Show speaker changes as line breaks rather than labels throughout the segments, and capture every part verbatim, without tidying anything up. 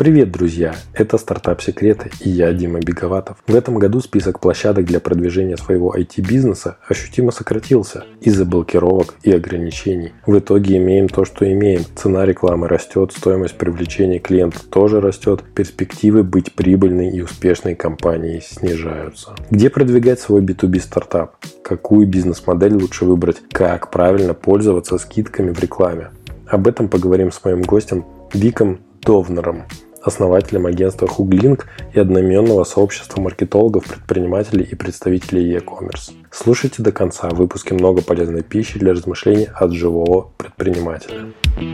Привет, друзья! Это «Стартап Секреты» и я, Дима Беговатов. В этом году список площадок для продвижения своего ай ти-бизнеса ощутимо сократился из-за блокировок и ограничений. В итоге имеем то, что имеем. Цена рекламы растет, стоимость привлечения клиента тоже растет, перспективы быть прибыльной и успешной компанией снижаются. Где продвигать свой би ту би стартап? Какую бизнес-модель лучше выбрать? Как правильно пользоваться скидками в рекламе? Об этом поговорим с моим гостем Виком Довнером, основателем агентства Хуглинк и одноименного сообщества маркетологов, предпринимателей и представителей e-commerce. Слушайте до конца, в выпуске много полезной пищи для размышлений от живого предпринимателя.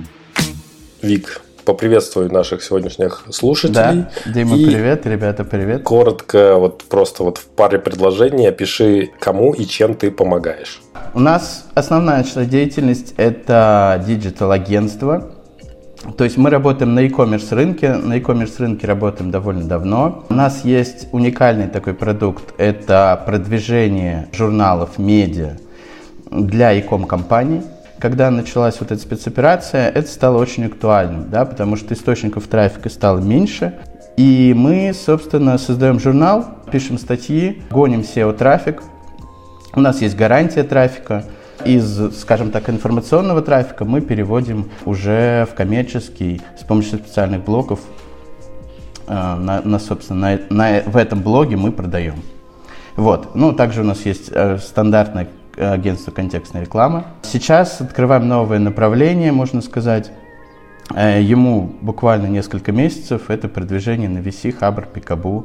Вик, поприветствую наших сегодняшних слушателей.
Да, Дима, и привет, ребята, привет.
Коротко, вот просто вот в паре предложений опиши, кому и чем ты помогаешь.
У нас основная деятельность – это диджитал-агентство. То есть мы работаем на e-commerce рынке, на e-commerce рынке работаем довольно давно. У нас есть уникальный такой продукт, это продвижение журналов, медиа для e-com компаний. Когда началась вот эта спецоперация, это стало очень актуальным, да, потому что источников трафика стало меньше. И мы, собственно, создаем журнал, пишем статьи, гоним сео-трафик. У нас есть гарантия трафика. Из, скажем так, информационного трафика мы переводим уже в коммерческий с помощью специальных блоков. На, на, собственно, на, на, в этом блоге мы продаем. Вот. Ну, также у нас есть стандартное агентство контекстной рекламы. Сейчас открываем новое направление, можно сказать. Ему буквально несколько месяцев. Это продвижение на ви си, Хабр, Пикабу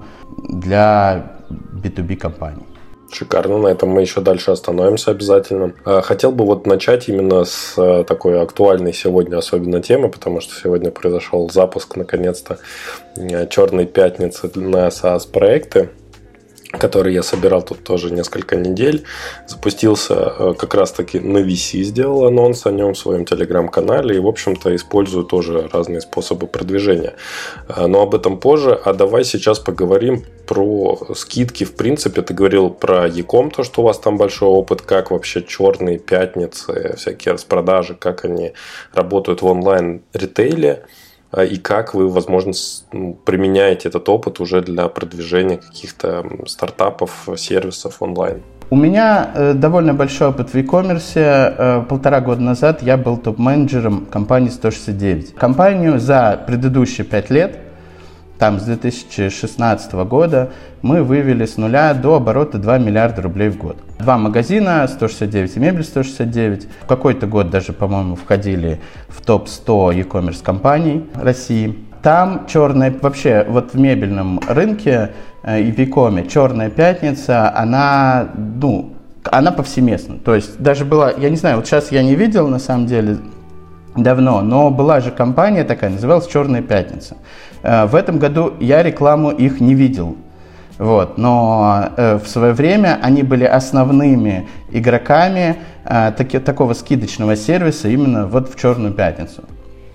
для би ту би компаний.
Шикарно, на этом мы еще дальше остановимся обязательно. Хотел бы вот начать именно с такой актуальной сегодня особенно темы, потому что сегодня произошел запуск, наконец-то, «Черной пятницы» на SaaS-проекты, который я собирал тут тоже несколько недель. Запустился как раз-таки на ви си, сделал анонс о нем в своем телеграм-канале и, в общем-то, использую тоже разные способы продвижения. Но об этом позже. А давай сейчас поговорим про скидки. В принципе, ты говорил про e-com, то, что у вас там большой опыт, как вообще черные пятницы, всякие распродажи, как они работают в онлайн-ритейле. И как вы, возможно, применяете этот опыт уже для продвижения каких-то стартапов, сервисов онлайн?
У меня э, довольно большой опыт в e-commerce. Э, полтора года назад я был топ-менеджером компании сто шестьдесят девять. Компанию за предыдущие пять лет, там с две тысячи шестнадцатого года, мы вывели с нуля до оборота два миллиарда рублей в год. Два магазина, сто шестьдесят девять и Мебель сто шестьдесят девять. В какой-то год даже, по-моему, входили в топ сто e-commerce компаний России. Там черная, вообще вот в мебельном рынке э, и в e-коме черная пятница, она, ну, она повсеместна. То есть даже была, я не знаю, вот сейчас я не видел на самом деле давно, но была же компания такая, называлась «Черная пятница». Э, в этом году я рекламу их не видел. Вот, но э, в свое время они были основными игроками э, таки, такого скидочного сервиса именно вот в Черную пятницу.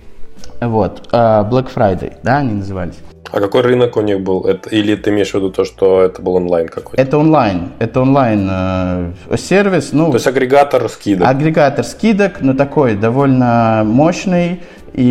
Вот, э, Black Friday, да, они назывались.
А какой рынок у них был? Это, или ты имеешь в виду то, что это был онлайн какой-то?
Это онлайн, это онлайн э, сервис. Ну,
то есть агрегатор скидок?
Агрегатор скидок, но такой довольно мощный.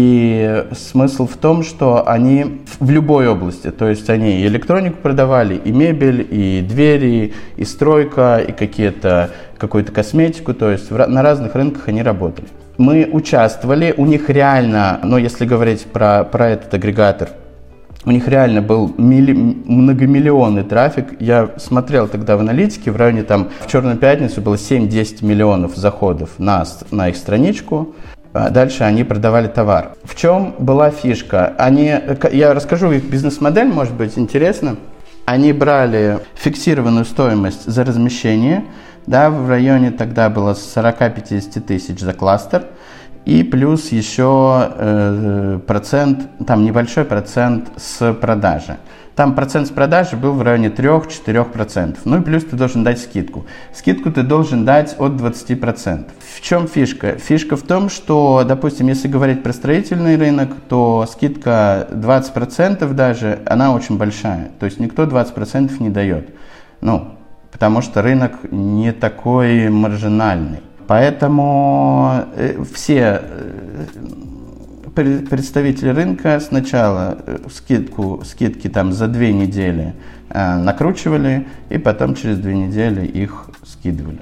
И смысл в том, что они в любой области, то есть они и электронику продавали, и мебель, и двери, и стройка, и какие-то, какую-то косметику, то есть в, на разных рынках они работали. Мы участвовали, у них реально, ну если говорить про, про этот агрегатор, у них реально был милли, многомиллионный трафик. Я смотрел тогда в аналитике, в районе там в Черную пятницу было семь-десять миллионов заходов на, на их страничку. Дальше они продавали товар. В чем была фишка? Они, я расскажу их бизнес-модель, может быть интересно. Они брали фиксированную стоимость за размещение, да, в районе тогда было сорок-пятьдесят тысяч за кластер. И плюс еще э, процент, там небольшой процент с продажи. Там процент с продажи был в районе три-четыре процента. Ну и плюс ты должен дать скидку. Скидку ты должен дать от двадцать процентов. В чем фишка? Фишка в том, что, допустим, если говорить про строительный рынок, то скидка двадцать процентов даже, она очень большая. То есть никто двадцать процентов не дает. Ну, потому что рынок не такой маржинальный. Поэтому все, представители рынка сначала скидку, скидки там за две недели э, накручивали, и потом через две недели их скидывали.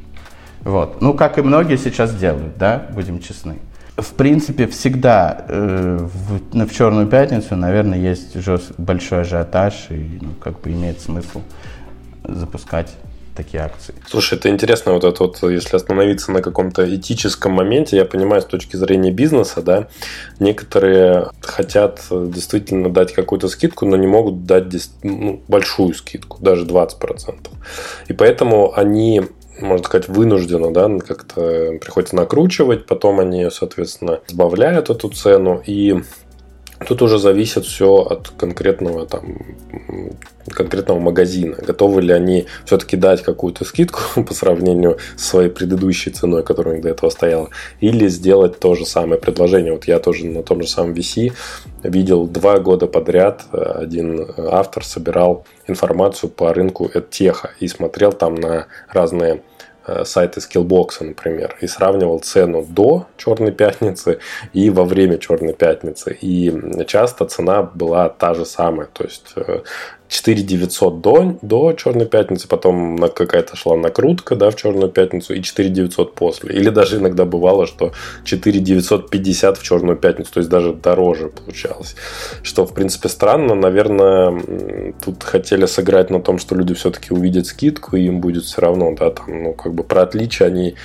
Вот. Ну, как и многие сейчас делают, да, будем честны. В принципе, всегда э, в, в Черную пятницу, наверное, есть жест, большой ажиотаж, и ну, как бы имеет смысл запускать такие акции.
Слушай, это интересно, вот это вот, если остановиться на каком-то этическом моменте, я понимаю, с точки зрения бизнеса, да, некоторые хотят действительно дать какую-то скидку, но не могут дать ну, большую скидку, даже двадцать процентов. И поэтому они, можно сказать, вынужденно, да, как-то приходится накручивать, потом они, соответственно, сбавляют эту цену, и тут уже зависит все от конкретного, там, конкретного магазина. Готовы ли они все-таки дать какую-то скидку по сравнению с своей предыдущей ценой, которая у них до этого стояла, или сделать то же самое предложение. Вот я тоже на том же самом ви си видел два года подряд, один автор собирал информацию по рынку эдтеха и смотрел там на разные сайты Skillbox, например, и сравнивал цену до Черной пятницы и во время Черной пятницы. И часто цена была та же самая. То есть четыре тысячи девятьсот до, до Черной пятницы, потом какая-то шла накрутка, да, в Черную пятницу, и четыре тысячи девятьсот после. Или даже иногда бывало, что четыре тысячи девятьсот пятьдесят в Черную пятницу, то есть даже дороже получалось. Что, в принципе, странно. Наверное, тут хотели сыграть на том, что люди все-таки увидят скидку, и им будет все равно, да, там, ну, как бы про отличие они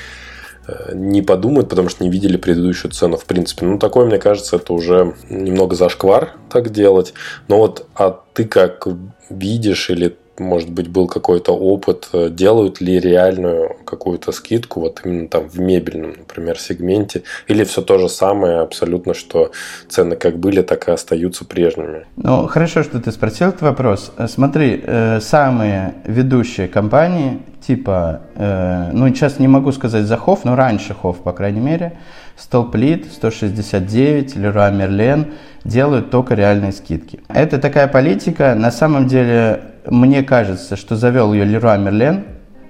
не подумают, потому что не видели предыдущую цену, в принципе. Ну, такое, мне кажется, это уже немного зашквар так делать. Но вот, а ты как видишь, или, может быть, был какой-то опыт, делают ли реальную какую-то скидку, вот именно там в мебельном, например, сегменте, или все то же самое абсолютно, что цены как были, так и остаются прежними?
Ну, хорошо, что ты спросил этот вопрос. Смотри, э, самые ведущие компании, типа, э, ну, сейчас не могу сказать за Хофф, но раньше Хофф, по крайней мере, Столплит, сто шестьдесят девять, Леруа Мерлен делают только реальные скидки. Это такая политика, на самом деле, мне кажется, что завел ее Леруа Мерлен.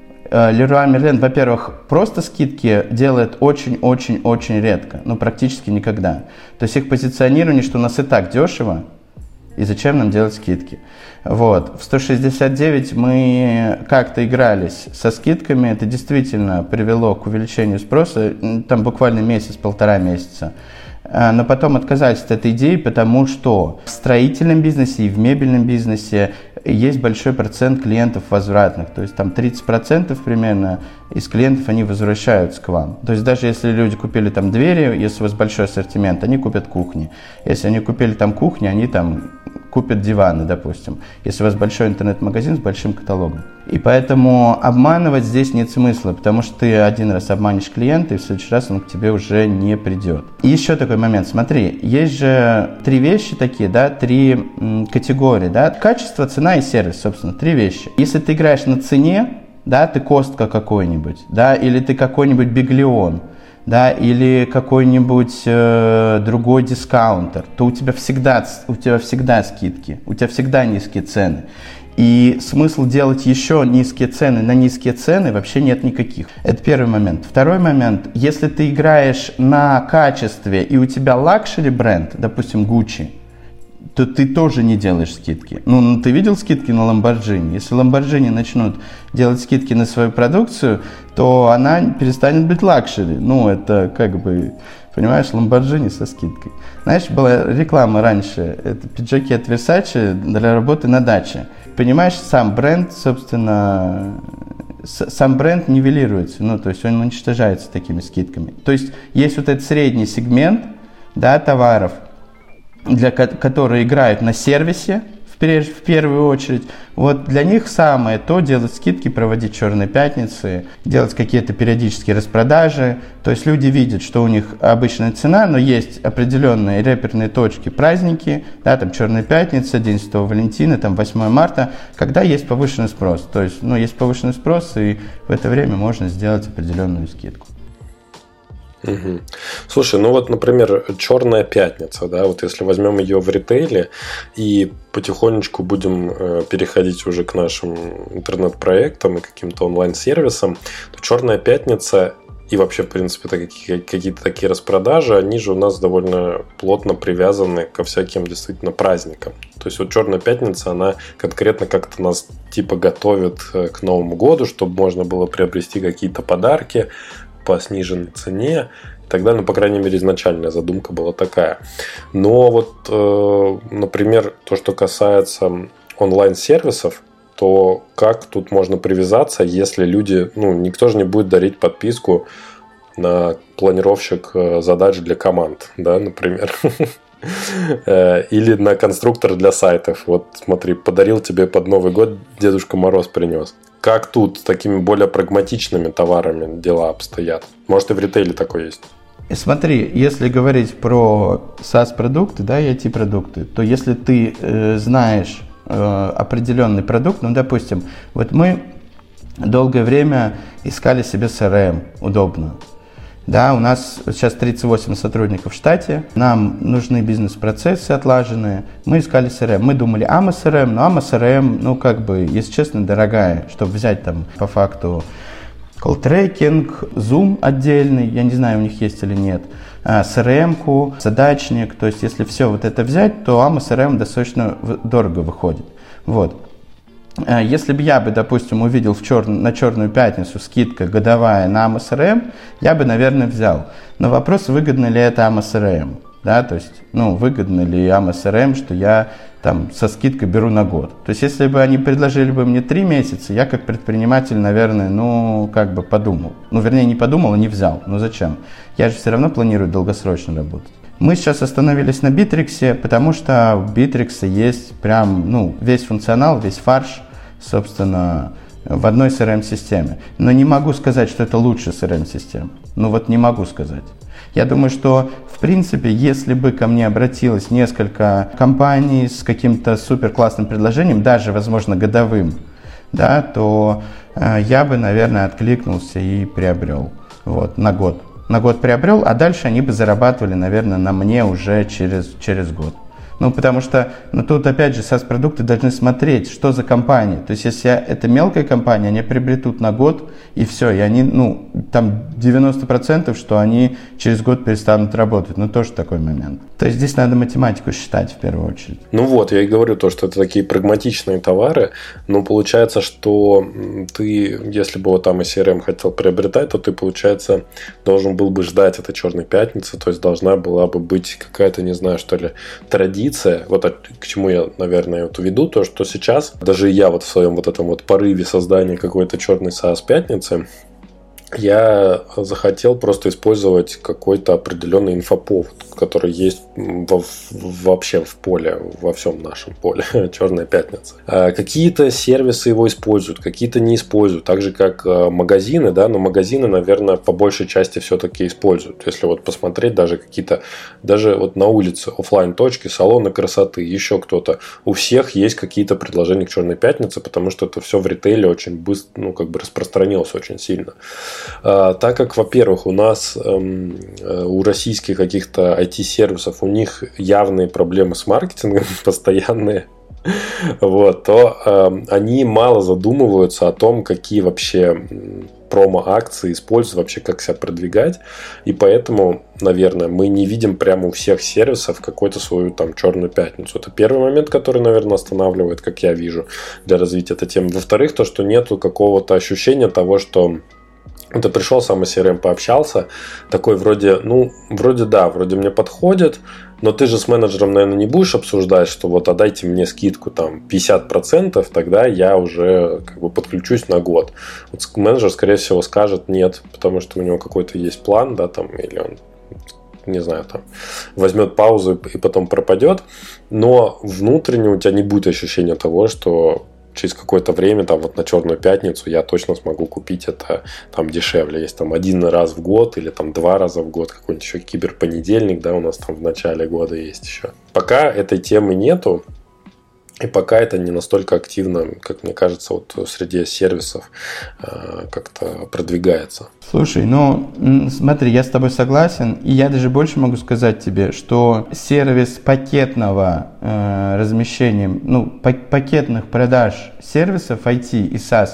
Леруа Мерлен, во-первых, просто скидки делает очень-очень-очень редко, ну, практически никогда. То есть их позиционирование, что у нас и так дешево, и зачем нам делать скидки. Вот. В сто шестьдесят девять мы как-то игрались со скидками, это действительно привело к увеличению спроса, там буквально месяц-полтора месяца. Но потом отказались от этой идеи, потому что в строительном бизнесе и в мебельном бизнесе есть большой процент клиентов возвратных. То есть там тридцать процентов примерно из клиентов они возвращаются к вам. То есть даже если люди купили там двери, если у вас большой ассортимент, они купят кухни. Если они купили там кухни, они там купят диваны, допустим. Если у вас большой интернет-магазин с большим каталогом. И поэтому обманывать здесь нет смысла, потому что ты один раз обманешь клиента, и в следующий раз он к тебе уже не придет. И еще такой момент, смотри, есть же три вещи такие, да, три м, категории, да, качество, цена и сервис, собственно, три вещи. Если ты играешь на цене, да, ты Костка какой-нибудь, да, или ты какой-нибудь Биглион, да, или какой-нибудь э, другой дискаунтер, то у тебя всегда, у тебя всегда скидки, у тебя всегда низкие цены. И смысл делать еще низкие цены на низкие цены вообще нет никаких. Это первый момент. Второй момент. Если ты играешь на качестве и у тебя лакшери бренд, допустим, Gucci, то ты тоже не делаешь скидки. Ну, ты видел скидки на Lamborghini? Если Lamborghini начнут делать скидки на свою продукцию, то она перестанет быть лакшери. Ну, это как бы, понимаешь, Lamborghini со скидкой. Знаешь, была реклама раньше, это пиджаки от Versace для работы на даче. Понимаешь, сам бренд, собственно, сам бренд нивелируется, ну, то есть он уничтожается такими скидками. То есть есть вот этот средний сегмент, да, товаров, для которые играют на сервисе в, в первую очередь. Вот для них самое то делать скидки, проводить черные пятницы, делать какие-то периодические распродажи. То есть люди видят, что у них обычная цена, но есть определенные реперные точки, праздники, да, там черная пятница, День Святого Валентина, там восьмое марта, когда есть повышенный спрос. То есть, ну, есть повышенный спрос, и в это время можно сделать определенную скидку.
Угу. Слушай, ну вот, например, Черная пятница, да, вот если возьмем ее в ритейле и потихонечку будем э, переходить уже к нашим интернет-проектам и каким-то онлайн-сервисам, то Черная пятница и вообще, в принципе, какие-то такие распродажи, они же у нас довольно плотно привязаны ко всяким действительно праздникам. То есть вот Черная пятница, она конкретно как-то нас типа готовит к Новому году, чтобы можно было приобрести какие-то подарки по сниженной цене. Тогда, ну, по крайней мере, изначальная задумка была такая. Но вот, э, например, то, что касается онлайн-сервисов, то как тут можно привязаться, если люди, ну, никто же не будет дарить подписку на планировщик задач для команд, да, например. Или на конструктор для сайтов. Вот смотри, подарил тебе под Новый год Дедушка Мороз принес. Как тут с такими более прагматичными товарами дела обстоят? Может, и в ритейле такое есть?
Смотри, если говорить про SaaS-продукты, да, и ай ти-продукты, то если ты э, знаешь э, определенный продукт, ну, допустим, вот мы долгое время искали себе эс эр эм, удобно. Да, у нас сейчас тридцать восемь сотрудников в штате, нам нужны бизнес-процессы отлаженные, мы искали эс эр эм, мы думали ам эс эр эм, но ам эс эр эм, ну, как бы, если честно, дорогая, чтобы взять там по факту колл-трекинг, Zoom отдельный, я не знаю, у них есть или нет, эс эр эм-ку, задачник, то есть если все вот это взять, то ам эс эр эм достаточно дорого выходит. Вот. Если бы я бы, допустим, увидел в чер... на Черную пятницу скидка годовая на ам эс эр эм, я бы, наверное, взял. Но вопрос, выгодно ли это ам эс эр эм. Да? То есть, ну, выгодно ли ам эс эр эм, что я там со скидкой беру на год. То есть, если бы они предложили бы мне три месяца, я как предприниматель, наверное, ну, как бы подумал. Ну, вернее, не подумал, а не взял. Ну, зачем? Я же все равно планирую долгосрочно работать. Мы сейчас остановились на Bittrex, потому что у Bittrex есть прям, ну, весь функционал, весь фарш, собственно, в одной эс эр эм-системе. Но не могу сказать, что это лучшая эс эр эм-система. Ну вот не могу сказать. Я думаю, что, в принципе, если бы ко мне обратилось несколько компаний с каким-то супер классным предложением, даже, возможно, годовым, да, то э, я бы, наверное, откликнулся и приобрел. Вот, на год. На год приобрел, а дальше они бы зарабатывали, наверное, на мне уже через, через год. Ну, потому что, ну, тут, опять же, SaaS-продукты должны смотреть, что за компания. То есть, если это мелкая компания, они приобретут на год, и все, и они, ну, там девяносто процентов, что они через год перестанут работать. Ну, тоже такой момент. То есть, здесь надо математику считать в первую очередь.
Ну вот, я и говорю то, что это такие прагматичные товары, но получается, что ты, если бы вот там и си ар эм хотел приобретать, то ты, получается, должен был бы ждать этой Черной пятницы, то есть, должна была бы быть какая-то, не знаю, что ли, традиция. Вот к чему я, наверное, вот веду, то, что сейчас даже я вот в своем вот этом вот порыве создания какой-то черной SaaS-пятницы, я захотел просто использовать какой-то определенный инфоповод, который есть во, вообще в поле, во всем нашем поле Черная пятница. Какие-то сервисы его используют, какие-то не используют, так же как магазины, да, но магазины, наверное, по большей части все-таки используют. Если вот посмотреть даже какие-то, даже вот на улице офлайн-точки, салоны красоты, еще кто-то, у всех есть какие-то предложения к Черной пятнице, потому что это все в ритейле очень быстро, ну, как бы распространилось очень сильно. Так как, во-первых, у нас у российских каких-то ай ти-сервисов у них явные проблемы с маркетингом постоянные, вот, то э, они мало задумываются о том, какие вообще промо-акции используют, вообще как себя продвигать. И поэтому, наверное, мы не видим прямо у всех сервисов какую-то свою там Черную пятницу. Это первый момент, который, наверное, останавливает, как я вижу, для развития этой темы. Во-вторых, то, что нету какого-то ощущения того, что ты пришел, сам с си ар эм пообщался, такой вроде, ну, вроде да, вроде мне подходит, но ты же с менеджером, наверное, не будешь обсуждать, что вот отдайте мне скидку там пятьдесят процентов, тогда я уже как бы подключусь на год. Вот менеджер, скорее всего, скажет нет, потому что у него какой-то есть план, да, там, или он, не знаю, там, возьмет паузу и потом пропадет, но внутренне у тебя не будет ощущения того, что через какое-то время, там вот на Черную пятницу я точно смогу купить это там дешевле. Есть там один раз в год или там два раза в год какой-нибудь еще киберпонедельник, да, у нас там в начале года есть еще. Пока этой темы нету, и пока это не настолько активно, как мне кажется, вот среди сервисов э, как-то продвигается.
Слушай, ну смотри, я с тобой согласен, и я даже больше могу сказать тебе, что сервис пакетного э, размещения, ну, пакетных продаж сервисов ай ти и SaaS,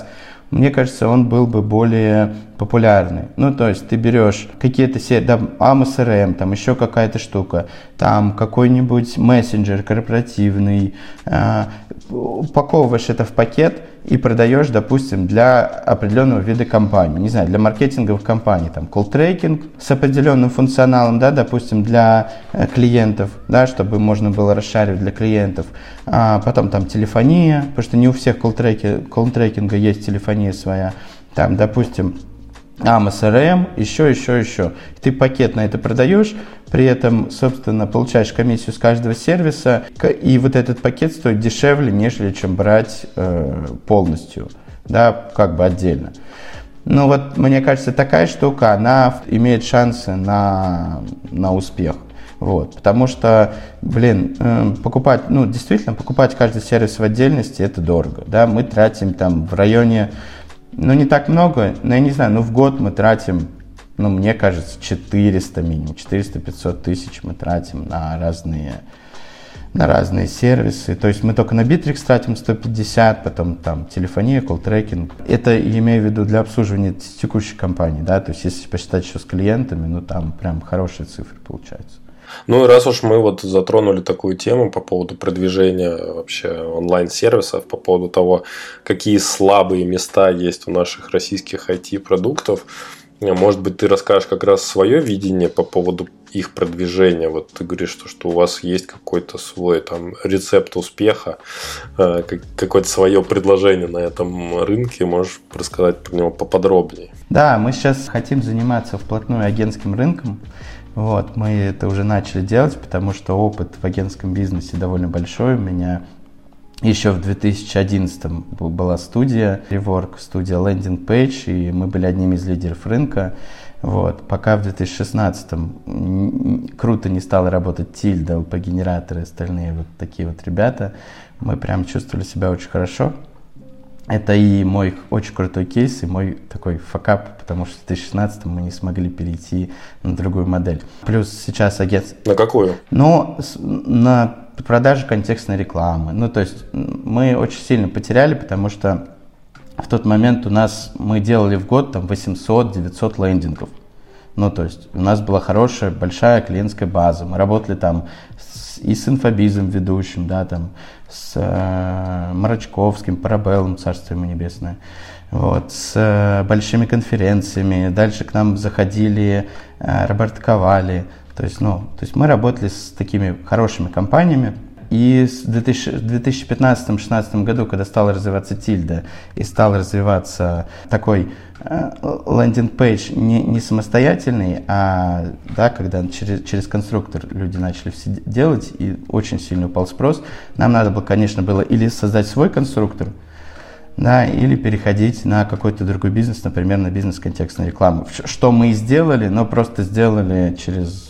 мне кажется, он был бы более популярный. Ну, то есть ты берешь какие-то сервисы, да, Amos эр эм, там еще какая-то штука, там какой-нибудь мессенджер корпоративный, э, упаковываешь это в пакет и продаешь, допустим, для определенного вида компании, не знаю, для маркетинговых компаний, там, колл-трекинг с определенным функционалом, да, допустим, для э, клиентов, да, чтобы можно было расшаривать для клиентов, а потом там телефония, потому что не у всех колл-трекинга есть телефония своя, там, допустим, Amos эр эм, еще, еще, еще. Ты пакет на это продаешь, при этом, собственно, получаешь комиссию с каждого сервиса, и вот этот пакет стоит дешевле, нежели чем брать э, полностью, да, как бы отдельно. Ну вот, мне кажется, такая штука, она имеет шансы на, на успех. Вот, потому что, блин, э, покупать, ну, действительно, покупать каждый сервис в отдельности, это дорого, да, мы тратим там в районе, ну, не так много, но я не знаю, ну, в год мы тратим, ну, мне кажется, четыреста минимум, четыреста-пятьсот тысяч мы тратим на разные, на разные сервисы. То есть мы только на Bittrex тратим сто пятьдесят, потом там телефония, колл-трекинг. Это я имею в виду для обслуживания текущей компании, да, то есть если посчитать еще с клиентами, ну, там прям хорошие цифры получаются.
Ну и раз уж мы вот затронули такую тему по поводу продвижения вообще онлайн-сервисов, по поводу того, какие слабые места есть у наших российских ай ти-продуктов, может быть, ты расскажешь как раз свое видение по поводу их продвижения. Вот ты говоришь, что, что у вас есть какой-то свой там рецепт успеха, какое-то свое предложение на этом рынке. Можешь рассказать про него поподробнее?
Да, мы сейчас хотим заниматься вплотную агентским рынком. Вот, мы это уже начали делать, потому что опыт в агентском бизнесе довольно большой. У меня еще в две тысячи одиннадцатом была студия Rework, студия Landing Page, и мы были одними из лидеров рынка. Вот, пока в две тысячи шестнадцатом круто не стало работать Тильда, эл-пи-генераторы и остальные вот такие вот ребята, мы прям чувствовали себя очень хорошо. Это и мой очень крутой кейс, и мой такой факап, потому что в две тысячи шестнадцатом мы не смогли перейти на другую модель. Плюс сейчас агентство...
На какую?
Ну, на продажу контекстной рекламы. Ну, то есть мы очень сильно потеряли, потому что в тот момент у нас мы делали в год там восемьсот-девятьсот лендингов. Ну, то есть у нас была хорошая, большая клиентская база. Мы работали там с, и с инфобизом ведущим, да, там, с э, Марачковским, Парабеллом, царство ему небесное, вот, с э, большими конференциями. Дальше к нам заходили э, Роберто Ковали. То есть, ну, то есть мы работали с такими хорошими компаниями. И в две тысячи пятнадцатом-шестнадцатом году, когда стала развиваться Тильда и стал развиваться такой лендинг-пейдж не, не самостоятельный, а да, когда через, через конструктор люди начали все делать, и очень сильно упал спрос, нам надо было, конечно, было или создать свой конструктор, да, или переходить на какой-то другой бизнес, например, на бизнес контекстной рекламы. Что мы и сделали, но просто сделали через,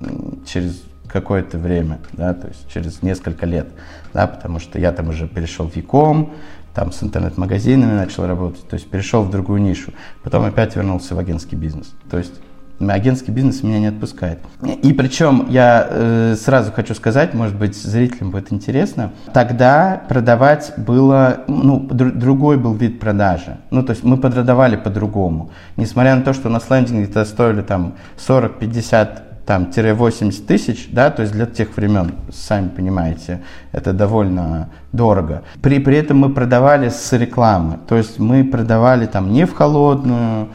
через какое-то время, да, то есть через несколько лет, да, потому что я там уже перешел в e-com, там с интернет-магазинами начал работать, то есть перешел в другую нишу, потом опять вернулся в агентский бизнес, то есть агентский бизнес меня не отпускает. И причем я э, сразу хочу сказать, может быть, зрителям будет интересно, тогда продавать было, ну, др- другой был вид продажи, ну, то есть мы продавали по-другому, несмотря на то, что у нас лендинги стоили там сорок-пятьдесят там, восемьдесят тысяч, да, то есть для тех времен, сами понимаете, это довольно дорого. При, при этом мы продавали с рекламы, то есть мы продавали там не в холодную,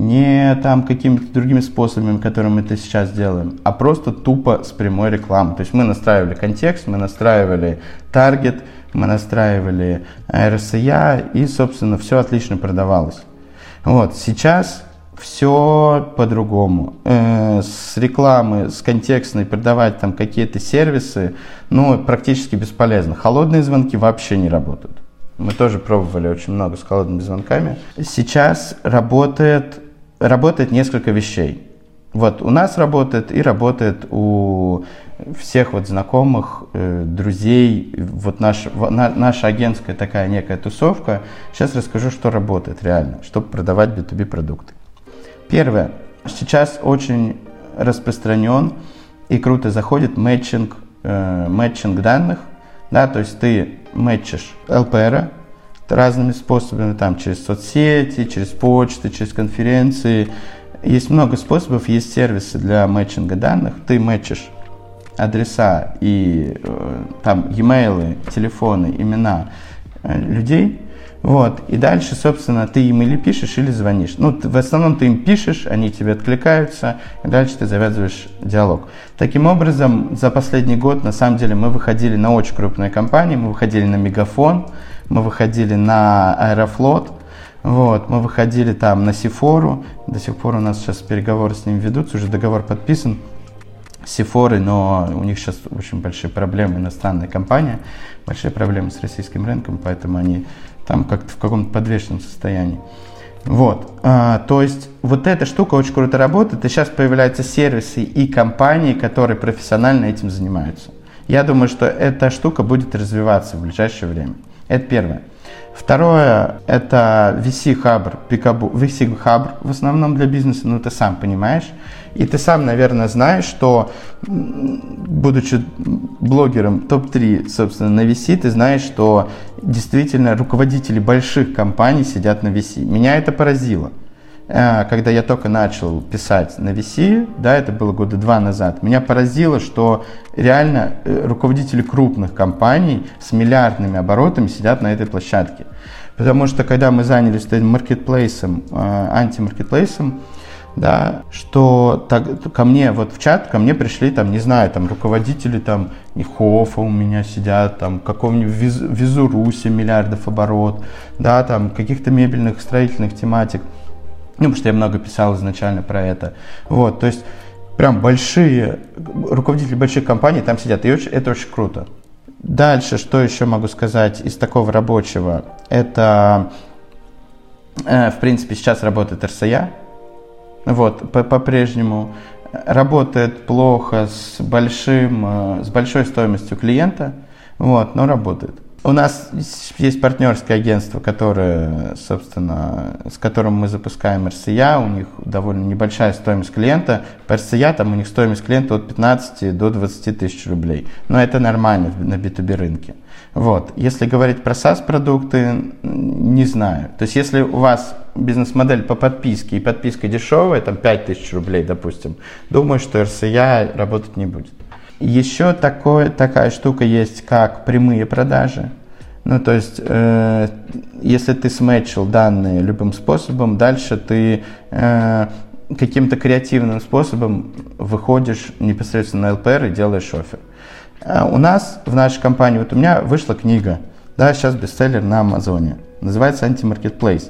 не там какими-то другими способами, которыми мы это сейчас делаем, а просто тупо с прямой рекламы. То есть мы настраивали контекст, мы настраивали таргет, мы настраивали эр эс и эй, и, собственно, все отлично продавалось. Вот, сейчас все по-другому. Э, с рекламы, с контекстной продавать там какие-то сервисы, ну, практически бесполезно. Холодные звонки вообще не работают. Мы тоже пробовали очень много с холодными звонками. Сейчас работает, работает несколько вещей. Вот у нас работает и работает у всех вот знакомых, э, друзей. Вот наш, на, наша агентская такая некая тусовка. Сейчас расскажу, что работает реально, чтобы продавать би ту би продукты. Первое. Сейчас очень распространен и круто заходит мэтчинг, э, мэтчинг данных. Да, то есть ты мэтчишь эл пи эр разными способами, там, через соцсети, через почты, через конференции. Есть много способов, есть сервисы для мэтчинга данных. Ты мэтчишь адреса и э, там e-mail, телефоны, имена э, людей. Вот. И дальше, собственно, ты им или пишешь, или звонишь. Ну, ты, в основном ты им пишешь, они тебе откликаются, и дальше ты завязываешь диалог. Таким образом, за последний год, на самом деле, мы выходили на очень крупные компании, мы выходили на Мегафон, мы выходили на Аэрофлот, вот, мы выходили там на Сифору. До сих пор у нас сейчас переговоры с ними ведутся, уже договор подписан. Сифоры, но у них сейчас очень большие проблемы, иностранная компания, большие проблемы с российским рынком, поэтому они там как-то в каком-то подвешенном состоянии. Вот, а, то есть вот эта штука очень круто работает, и сейчас появляются сервисы и компании, которые профессионально этим занимаются. Я думаю, что эта штука будет развиваться в ближайшее время. Это первое. Второе, это ви си-хабр, ви си-хабр в основном для бизнеса, ну ты сам понимаешь. И ты сам, наверное, знаешь, что, будучи блогером топ три, собственно, на ви си, ты знаешь, что действительно руководители больших компаний сидят на ви си. Меня это поразило. Когда я только начал писать на ви си, да, это было года два назад, меня поразило, что реально руководители крупных компаний с миллиардными оборотами сидят на этой площадке. Потому что когда мы занялись этим маркетплейсом, антимаркетплейсом, да, что так, ко мне вот в чат, ко мне пришли там, не знаю, там руководители там Хофа у меня сидят, там какого-нибудь Виз, Визуруси миллиардов оборот, да, там каких-то мебельных строительных тематик. Ну, потому что я много писал изначально про это. Вот, то есть прям большие руководители больших компаний там сидят, и очень, это очень круто. Дальше, что еще могу сказать из такого рабочего, это, э, в принципе, сейчас работает эр эс и а. Вот, по-прежнему работает плохо с, большим, с большой стоимостью клиента, вот, но работает. У нас есть партнерское агентство, которое, собственно, с которым мы запускаем эр эс и а, у них довольно небольшая стоимость клиента. По эр эс и а там у них стоимость клиента от пятнадцати до двадцати тысяч рублей, но это нормально на би ту би рынке. Вот. Если говорить про SaaS-продукты, не знаю. То есть, если у вас бизнес-модель по подписке, и подписка дешевая, там пять тысяч рублей, допустим, думаю, что эр эс и а работать не будет. Еще такое, такая штука есть, как прямые продажи. Ну, то есть, э, если ты сметчил данные любым способом, дальше ты э, каким-то креативным способом выходишь непосредственно на эл пи эр и делаешь оффер. У нас, в нашей компании, вот у меня вышла книга, да, сейчас бестселлер на Амазоне, называется «Антимаркетплейс».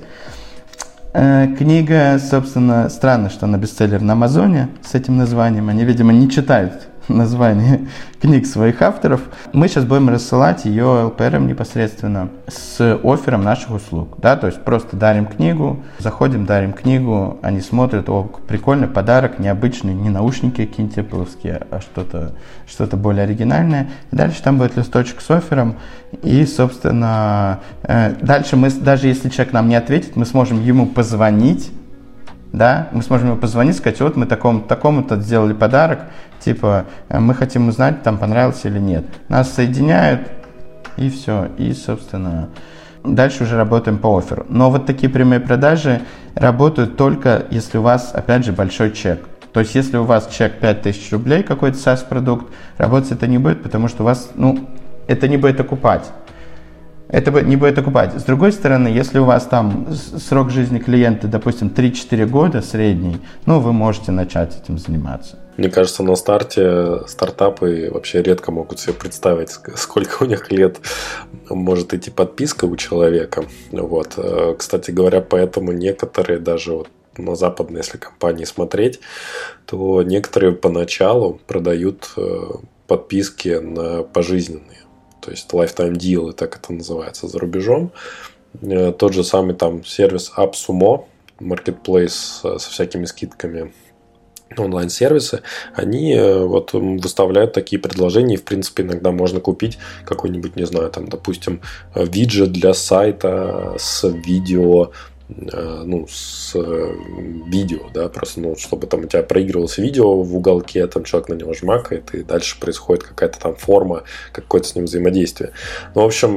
Книга, собственно, странно, что она бестселлер на Амазоне с этим названием, они, видимо, не читают название книг своих авторов. Мы сейчас будем рассылать ее эл пи эр непосредственно с оффером наших услуг. Да? То есть просто дарим книгу, заходим, дарим книгу, они смотрят, о, прикольный подарок, необычный, не наушники какие-нибудь эппловские, а что-то, что-то более оригинальное. И дальше там будет листочек с оффером, и, собственно, дальше мы, даже если человек нам не ответит, мы сможем ему позвонить, да, мы сможем ему позвонить, сказать, вот мы такому, такому-то сделали подарок, типа, мы хотим узнать, там понравился или нет. Нас соединяют, и все, и, собственно, дальше уже работаем по офферу. Но вот такие прямые продажи работают только, если у вас, опять же, большой чек. То есть, если у вас чек пять тысяч рублей, какой-то SaaS-продукт, работать это не будет, потому что у вас, ну, это не будет окупать. Это не будет окупать. С другой стороны, если у вас там срок жизни клиента, допустим, три-четыре года средний, ну, вы можете начать этим заниматься.
Мне кажется, на старте стартапы вообще редко могут себе представить, сколько у них лет может идти подписка у человека. Вот. Кстати говоря, поэтому некоторые даже вот на западные, если компании смотреть, то некоторые поначалу продают подписки на пожизненные. То есть lifetime deal, так это называется за рубежом. Тот же самый там сервис AppSumo, marketplace со всякими скидками, онлайн-сервисы, они вот выставляют такие предложения, и в принципе иногда можно купить какой-нибудь, не знаю, там, допустим, виджет для сайта с видео, ну, с видео, да, просто, ну, чтобы там у тебя проигрывалось видео в уголке, там человек на него жмакает, и дальше происходит какая-то там форма, какое-то с ним взаимодействие. Ну, в общем,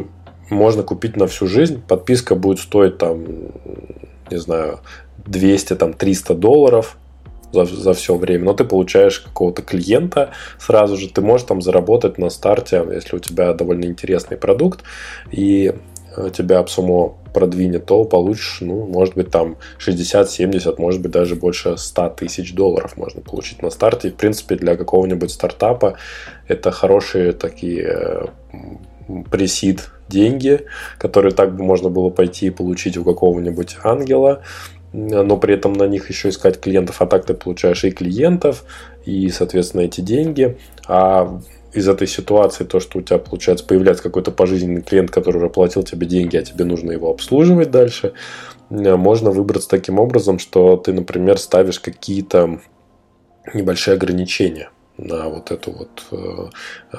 можно купить на всю жизнь. Подписка будет стоить там, не знаю, двести, там, триста долларов за, за все время. Но ты получаешь какого-то клиента сразу же. Ты можешь там заработать на старте, если у тебя довольно интересный продукт, и тебя AppSumo продвинет, то получишь, ну, может быть, там шестьдесят-семьдесят, может быть, даже больше ста тысяч долларов можно получить на старте. И, в принципе, для какого-нибудь стартапа это хорошие такие пресид деньги, которые так бы можно было пойти и получить у какого-нибудь ангела, но при этом на них еще искать клиентов. А так ты получаешь и клиентов, и, соответственно, эти деньги. А из этой ситуации то, что у тебя, получается, появляется какой-то пожизненный клиент, который уже платил тебе деньги, а тебе нужно его обслуживать дальше, можно выбраться таким образом, что ты, например, ставишь какие-то небольшие ограничения на вот эту вот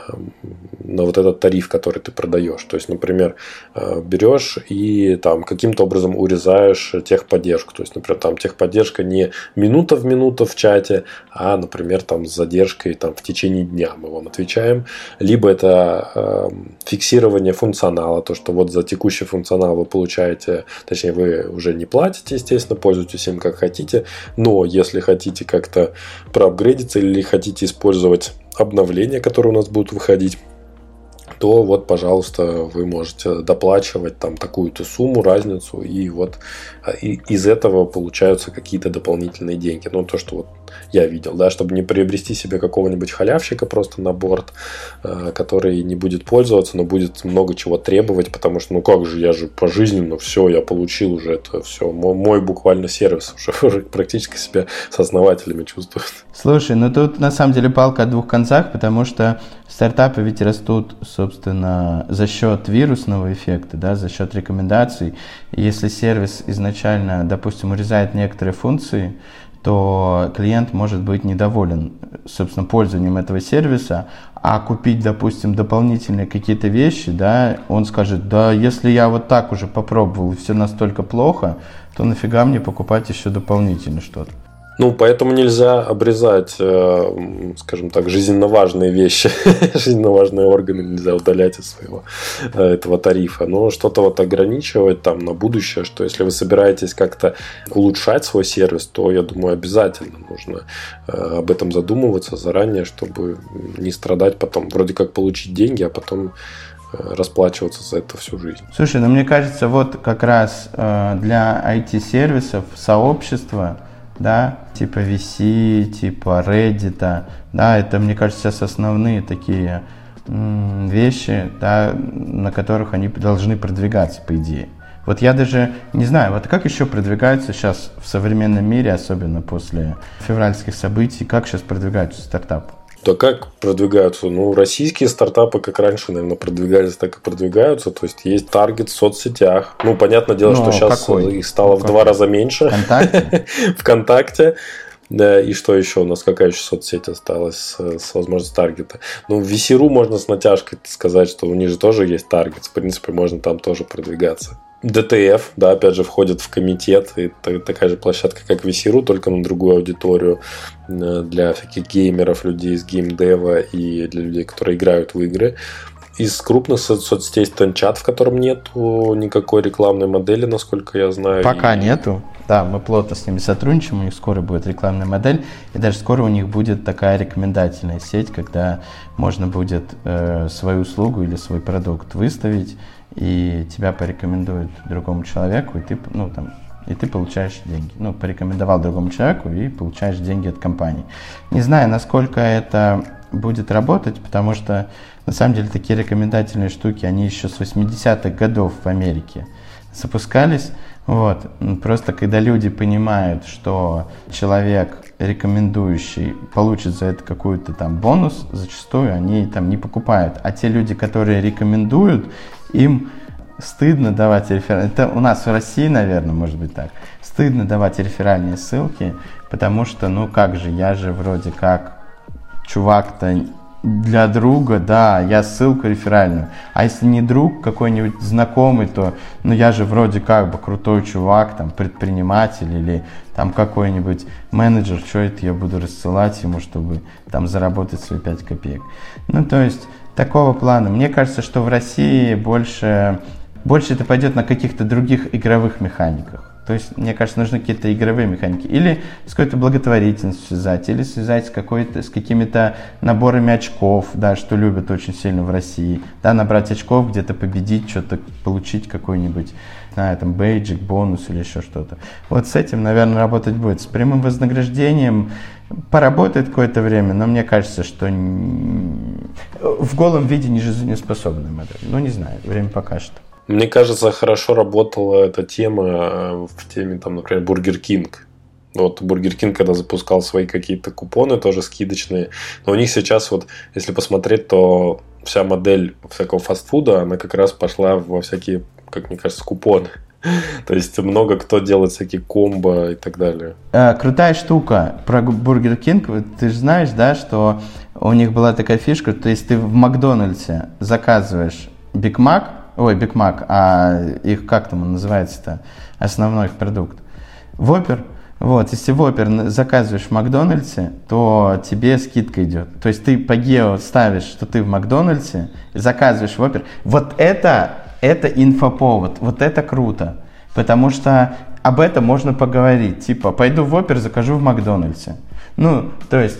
на вот этот тариф, который ты продаешь. То есть, например, берешь и там каким-то образом урезаешь техподдержку. То есть, например, там техподдержка не минута в минуту в чате, а, например, там с задержкой там в течение дня мы вам отвечаем. Либо это э, фиксирование функционала, то, что вот за текущий функционал вы получаете, точнее, вы уже не платите, естественно, пользуйтесь им как хотите, но если хотите как-то проапгрейдиться или хотите использовать использовать обновления, которые у нас будут выходить, то вот, пожалуйста, вы можете доплачивать там такую-то сумму, разницу, и вот и из этого получаются какие-то дополнительные деньги. Ну, то, что вот я видел, да, чтобы не приобрести себе какого-нибудь халявщика просто на борт, который не будет пользоваться, но будет много чего требовать, потому что, ну как же, я же пожизненно все, я получил уже это все. Мой, мой буквально сервис уже практически себя с основателями чувствует.
Слушай, ну тут на самом деле палка о двух концах, потому что стартапы ведь растут, собственно, за счет вирусного эффекта, да, за счет рекомендаций. И если сервис изначально, допустим, урезает некоторые функции, то клиент может быть недоволен, собственно, пользованием этого сервиса, а купить, допустим, дополнительные какие-то вещи, да, он скажет, да, если я вот так уже попробовал и все настолько плохо, то нафига мне покупать еще дополнительно что-то.
Ну, поэтому нельзя обрезать, скажем так, жизненно важные вещи, жизненно важные органы нельзя удалять из своего этого тарифа. Но что-то вот ограничивать там на будущее, что если вы собираетесь как-то улучшать свой сервис, то, я думаю, обязательно нужно об этом задумываться заранее, чтобы не страдать потом. Вроде как получить деньги, а потом расплачиваться за это всю жизнь.
Слушай, ну мне кажется, вот как раз для ай ти-сервисов сообщества, да, типа ви си, типа Reddit, да, это, мне кажется, сейчас основные такие м- вещи, да, на которых они должны продвигаться, по идее. Вот я даже не знаю, вот как еще продвигаются сейчас в современном мире, особенно после февральских событий, как сейчас продвигаются стартапы?
Да как продвигаются? Ну, российские стартапы, как раньше, наверное, продвигались, так и продвигаются. То есть, есть таргет в соцсетях. Ну, понятное дело, ну, что сейчас какой? Их стало ну, в какой? два раза меньше.
ВКонтакте?
ВКонтакте. Да, и что еще у нас? Какая еще соцсеть осталась с, с возможностью таргета? Ну, в ви си точка ру можно с натяжкой сказать, что у них же тоже есть таргет. В принципе, можно там тоже продвигаться. ди ти эф, да, опять же, входит в комитет. Это такая же площадка, как ви си точка ру, только на другую аудиторию для всяких геймеров, людей из геймдева и для людей, которые играют в игры. Из крупных со- соцсетей Стенчат, в котором нету никакой рекламной модели, насколько я знаю.
Пока
и...
нету. Да, мы плотно с ними сотрудничаем, у них скоро будет рекламная модель, и даже скоро у них будет такая рекомендательная сеть, когда можно будет э, свою услугу или свой продукт выставить, и тебя порекомендуют другому человеку, и ты, ну, там, и ты получаешь деньги. Ну, порекомендовал другому человеку и получаешь деньги от компании. Не знаю, насколько это будет работать, потому что на самом деле такие рекомендательные штуки, они еще с восьмидесятых годов в Америке запускались. Вот. Просто когда люди понимают, что человек, рекомендующий, получит за это какой-то там бонус, зачастую они там не покупают. А те люди, которые рекомендуют, им стыдно давать реферальные... Это у нас в России, наверное, может быть так. Стыдно давать реферальные ссылки, потому что, ну как же, я же вроде как чувак-то для друга, да, я ссылку реферальную. А если не друг какой-нибудь знакомый, то, ну я же вроде как бы крутой чувак, там, предприниматель или там какой-нибудь менеджер, что это я буду рассылать ему, чтобы там заработать свои пять копеек. Ну, то есть, такого плана. Мне кажется, что в России больше Больше это пойдет на каких-то других игровых механиках. То есть, мне кажется, нужны какие-то игровые механики. Или с какой-то благотворительностью связать, или связать с, какой-то, с какими-то наборами очков, да, что любят очень сильно в России. Да, набрать очков, где-то победить, что-то получить какой-нибудь, знаю, там, бейджик, бонус или еще что-то. Вот с этим, наверное, работать будет. С прямым вознаграждением поработает какое-то время, но мне кажется, что в голом виде не жизнеспособная модель. Ну, не знаю, время покажет.
Мне кажется, хорошо работала эта тема в теме, там, например, Burger King. Вот Burger King, когда запускал свои какие-то купоны, тоже скидочные. Но у них сейчас, вот, если посмотреть, то вся модель всякого фастфуда, она как раз пошла во всякие, как мне кажется, купоны. То есть много кто делает всякие комбо и так далее.
А, крутая штука про Burger King. Ты же знаешь, да, что у них была такая фишка, то есть ты в Макдональдсе заказываешь Биг Мак, ой, Биг Мак, а их как там он называется-то, основной их продукт, Воппер. Вот, если Воппер заказываешь в Макдональдсе, то тебе скидка идет. То есть ты по гео ставишь, что ты в Макдональдсе, заказываешь Воппер. Вот это, это инфоповод, вот это круто. Потому что об этом можно поговорить. Типа, пойду в Воппер, закажу в Макдональдсе. Ну, то есть,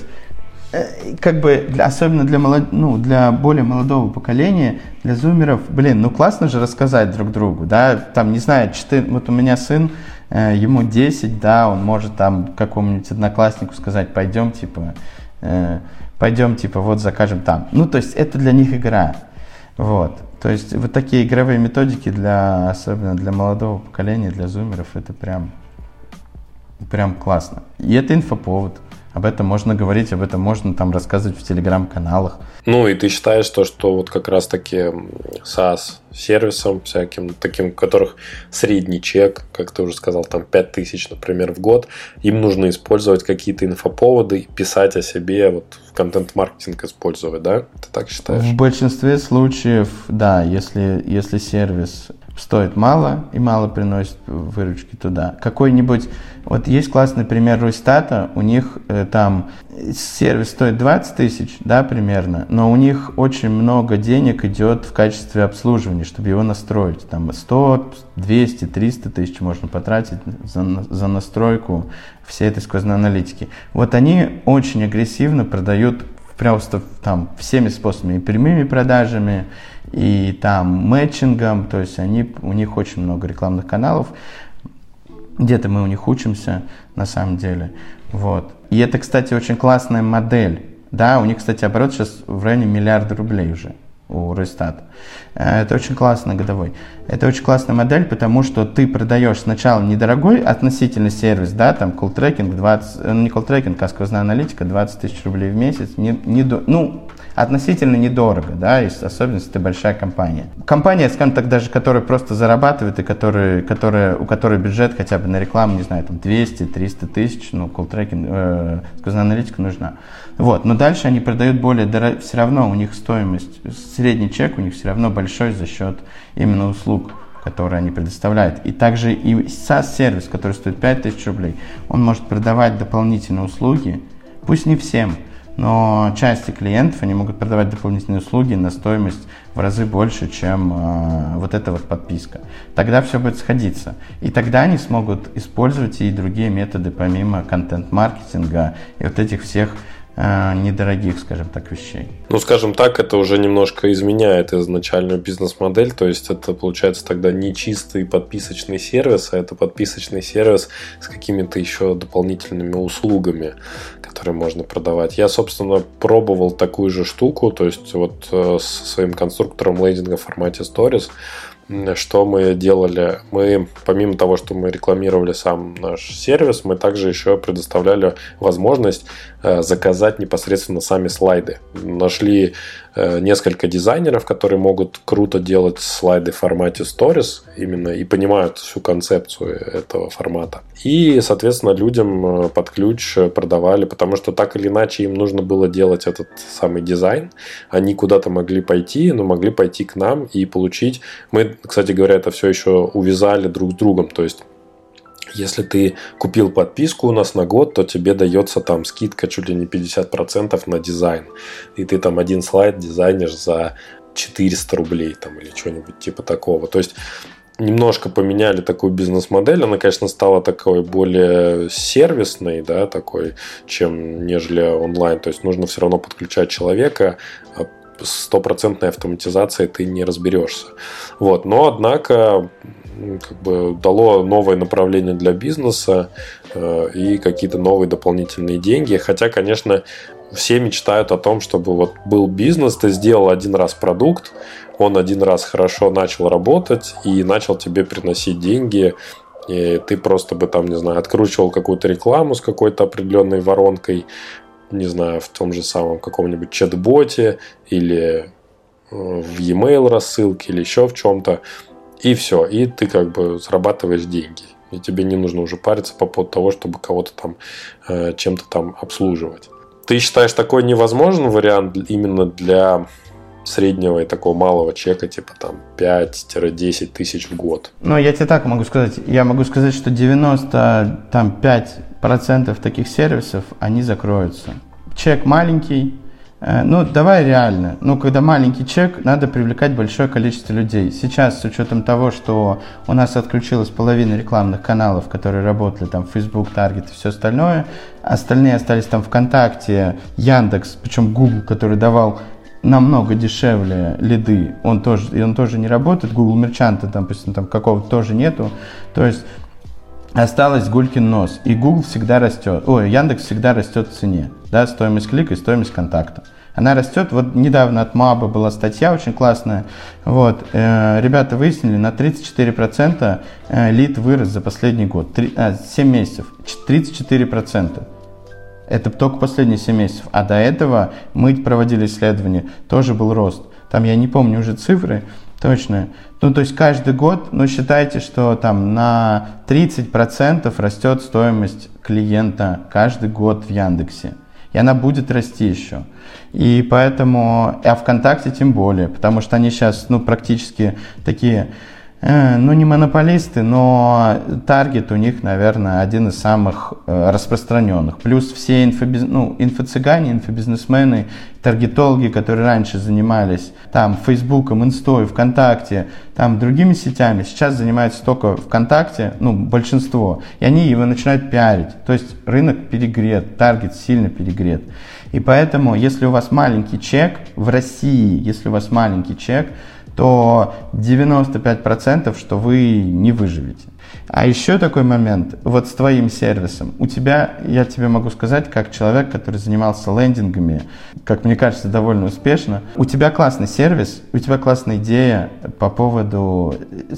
как бы, для, особенно для, молод, ну, для более молодого поколения, для зумеров, блин, ну классно же рассказать друг другу, да, там, не знаю, четыре, вот у меня сын, э, ему десять, да, он может там какому-нибудь однокласснику сказать, пойдем, типа, э, пойдем, типа, вот закажем там. Ну, то есть, это для них игра, вот. То есть, вот такие игровые методики, для, особенно для молодого поколения, для зумеров, это прям, прям классно. И это инфоповод. Об этом можно говорить, об этом можно там рассказывать в телеграм-каналах.
Ну, и ты считаешь то, что вот как раз-таки SaaS-сервисом всяким, таким, у которых средний чек, как ты уже сказал, там пять тысяч, например, в год, им нужно использовать какие-то инфоповоды, писать о себе, вот в контент-маркетинг использовать, да? Ты так считаешь?
В большинстве случаев, да, если, если сервис стоит мало и мало приносит выручки туда. Какой-нибудь, вот есть классный пример Росстата, у них э, там сервис стоит двадцать тысяч, да, примерно, но у них очень много денег идет в качестве обслуживания, чтобы его настроить. Там сто, двести, триста тысяч можно потратить за, за настройку всей этой сквозной аналитики. Вот они очень агрессивно продают просто там всеми способами, и прямыми продажами, и там мэтчингом, то есть они, у них очень много рекламных каналов, где-то мы у них учимся на самом деле, вот. И это, кстати, очень классная модель, да, у них, кстати, оборот сейчас в районе миллиарда рублей уже у Росстата. Это очень классный годовой. Это очень классная модель, потому что ты продаешь сначала недорогой относительно сервис, да, там колл-трекинг, двадцать, ну не колл-трекинг, а сквозная аналитика, двадцать тысяч рублей в месяц, не, не, ну, относительно недорого, да, особенно если ты большая компания. Компания, скажем так, даже которая просто зарабатывает и которая, которая, у которой бюджет хотя бы на рекламу, не знаю, там двести-триста тысяч, ну, колл-трекинг, э, сквозная аналитика нужна. Вот, но дальше они продают более дорого, все равно у них стоимость, средний чек у них все равно большой за счет именно услуг, которые они предоставляют. И также и SaaS-сервис, который стоит пять тысяч рублей, он может продавать дополнительные услуги, пусть не всем, но части клиентов они могут продавать дополнительные услуги на стоимость в разы больше, чем э, вот эта вот подписка. Тогда все будет сходиться. И тогда они смогут использовать и другие методы, помимо контент-маркетинга и вот этих всех э, недорогих, скажем так, вещей.
Ну, скажем так, это уже немножко изменяет изначальную бизнес-модель, то есть это получается тогда не чистый подписочный сервис, а это подписочный сервис с какими-то еще дополнительными услугами, которые можно продавать. Я, собственно, пробовал такую же штуку, то есть вот э, со своим конструктором лендинга в формате Stories. Что мы делали? Мы, помимо того, что мы рекламировали сам наш сервис, мы также еще предоставляли возможность э, заказать непосредственно сами слайды. Нашли э, несколько дизайнеров, которые могут круто делать слайды в формате Stories именно и понимают всю концепцию этого формата. И, соответственно, людям под ключ продавали, потому что так или иначе им нужно было делать этот самый дизайн. Они куда-то могли пойти, но могли пойти к нам и получить... Мы, кстати говоря, это все еще увязали друг с другом. То есть, если ты купил подписку у нас на год, то тебе дается там скидка чуть ли не пятьдесят процентов на дизайн. И ты там один слайд дизайнишь за четыреста рублей там, или что-нибудь типа такого. То есть немножко поменяли такую бизнес-модель. Она, конечно, стала такой более сервисной, да, такой, чем нежели онлайн. То есть нужно все равно подключать человека. Стопроцентной автоматизацией ты не разберешься. Вот. Но, однако, как бы дало новое направление для бизнеса э, и какие-то новые дополнительные деньги. Хотя, конечно, все мечтают о том, чтобы вот был бизнес, ты сделал один раз продукт, он один раз хорошо начал работать и начал тебе приносить деньги, и ты просто бы там, не знаю, откручивал какую-то рекламу с какой-то определенной воронкой, не знаю, в том же самом каком-нибудь чат-боте или в e-mail рассылке или еще в чем-то, и все, и ты как бы зарабатываешь деньги. И тебе не нужно уже париться по поводу того, чтобы кого-то там э, чем-то там обслуживать. Ты считаешь, такой невозможен вариант именно для среднего и такого малого чека, типа там пять-десять тысяч в год?
Ну, я тебе так могу сказать. Я могу сказать, что девяносто пять процентов таких сервисов, они закроются. Чек маленький. Э, ну, давай реально. Ну, когда маленький чек, надо привлекать большое количество людей. Сейчас, с учетом того, что у нас отключилась половина рекламных каналов, которые работали, там, Facebook, Target и все остальное, остальные остались там ВКонтакте, Яндекс, причем Google, который давал намного дешевле лиды, он тоже, и он тоже не работает, Google Мерчанта, там, допустим, там какого-то тоже нету, то есть осталось гулькин нос, и Google всегда растет, ой, Яндекс всегда растет в цене, да, стоимость клика и стоимость контакта. Она растет, вот недавно от МАБа была статья очень классная, вот, э, ребята выяснили, на тридцать четыре процента э, лид вырос за последний год, три, а, семь месяцев, тридцать четыре процента. Это только последние семь месяцев. А до этого мы проводили исследования, тоже был рост. Там я не помню уже цифры точно. Ну, то есть каждый год, ну, считайте, что там на тридцать процентов растет стоимость клиента каждый год в Яндексе. И она будет расти еще. И поэтому, а ВКонтакте тем более, потому что они сейчас, ну, практически такие... Ну, не монополисты, но таргет у них, наверное, один из самых распространенных. Плюс все инфобиз... ну, инфо-цыгане, инфобизнесмены, таргетологи, которые раньше занимались там Фейсбуком, Инстой, ВКонтакте, там другими сетями, сейчас занимаются только ВКонтакте, ну, большинство, и они его начинают пиарить. То есть рынок перегрет, таргет сильно перегрет. И поэтому, если у вас маленький чек в России, если у вас маленький чек, то девяносто пять процентов, что вы не выживете. А еще такой момент, вот с твоим сервисом, у тебя, я тебе могу сказать, как человек, который занимался лендингами, как мне кажется, довольно успешно, у тебя классный сервис, у тебя классная идея по поводу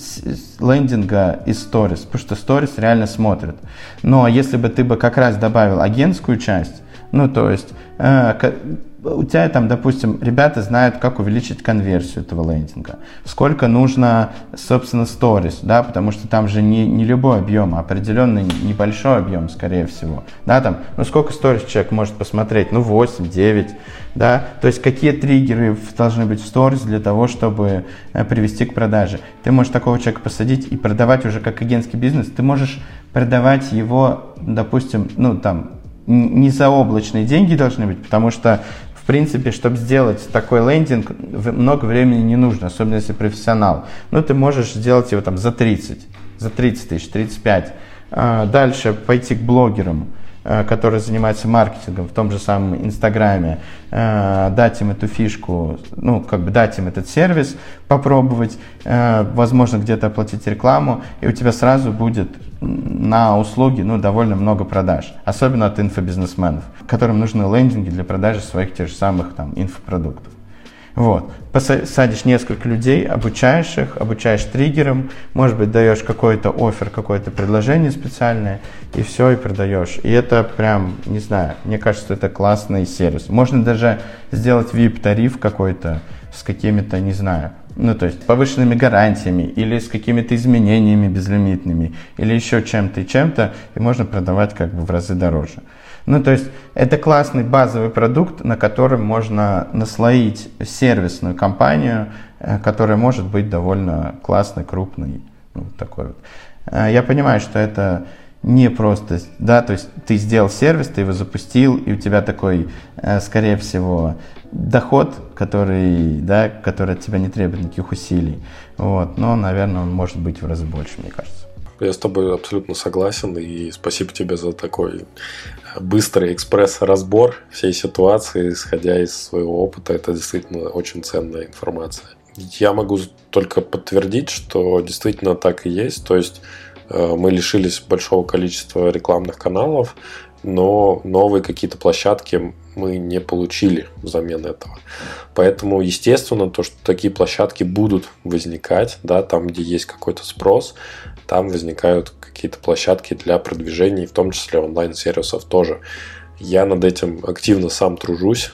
лендинга и сторис, потому что сторис реально смотрят. Но если бы ты бы как раз добавил агентскую часть, ну то есть... Э, у тебя там, допустим, ребята знают, как увеличить конверсию этого лендинга, сколько нужно, собственно, сторис, да, потому что там же не, не любой объем, а определенный небольшой объем, скорее всего, да, там, ну, сколько сторис человек может посмотреть, ну, восемь, девять, да, то есть какие триггеры должны быть в сторис для того, чтобы э, привести к продаже. Ты можешь такого человека посадить и продавать уже как агентский бизнес, ты можешь продавать его, допустим, ну, там, не заоблачные деньги должны быть, потому что в принципе, чтобы сделать такой лендинг, много времени не нужно, особенно если профессионал. Но ты можешь сделать его там за тридцать, за тридцать тысяч, тридцать пять. Дальше пойти к блогерам, которые занимаются маркетингом в том же самом Инстаграме, дать им эту фишку, ну, как бы дать им этот сервис, попробовать, возможно, где-то оплатить рекламу, и у тебя сразу будет на услуги, ну, довольно много продаж, особенно от инфобизнесменов, которым нужны лендинги для продажи своих тех же самых там инфопродуктов. Вот. Посадишь несколько людей, обучаешь их, обучаешь триггерам, может быть, даешь какой-то оффер, какое-то предложение специальное, и все, и продаешь. И это прям, не знаю, мне кажется, это классный сервис. Можно даже сделать ви ай пи-тариф какой-то с какими-то, не знаю, ну, то есть повышенными гарантиями или с какими-то изменениями безлимитными, или еще чем-то и чем-то, и можно продавать как бы в разы дороже. Ну, то есть это классный базовый продукт, на котором можно наслоить сервисную компанию, которая может быть довольно классной, крупной. Вот такой вот. Я понимаю, что это не просто, да, то есть ты сделал сервис, ты его запустил, и у тебя такой, скорее всего, доход, который, да, который от тебя не требует никаких усилий. Вот. Но, наверное, он может быть в разы больше, мне кажется.
Я с тобой абсолютно согласен, и спасибо тебе за такой быстрый экспресс-разбор всей ситуации, исходя из своего опыта. Это действительно очень ценная информация. Я могу только подтвердить, что действительно так и есть. То есть мы лишились большого количества рекламных каналов, но новые какие-то площадки мы не получили взамен этого. Поэтому, естественно, то, что такие площадки будут возникать, да, там, где есть какой-то спрос, там возникают какие-то площадки для продвижения, в том числе онлайн-сервисов тоже. Я над этим активно сам тружусь.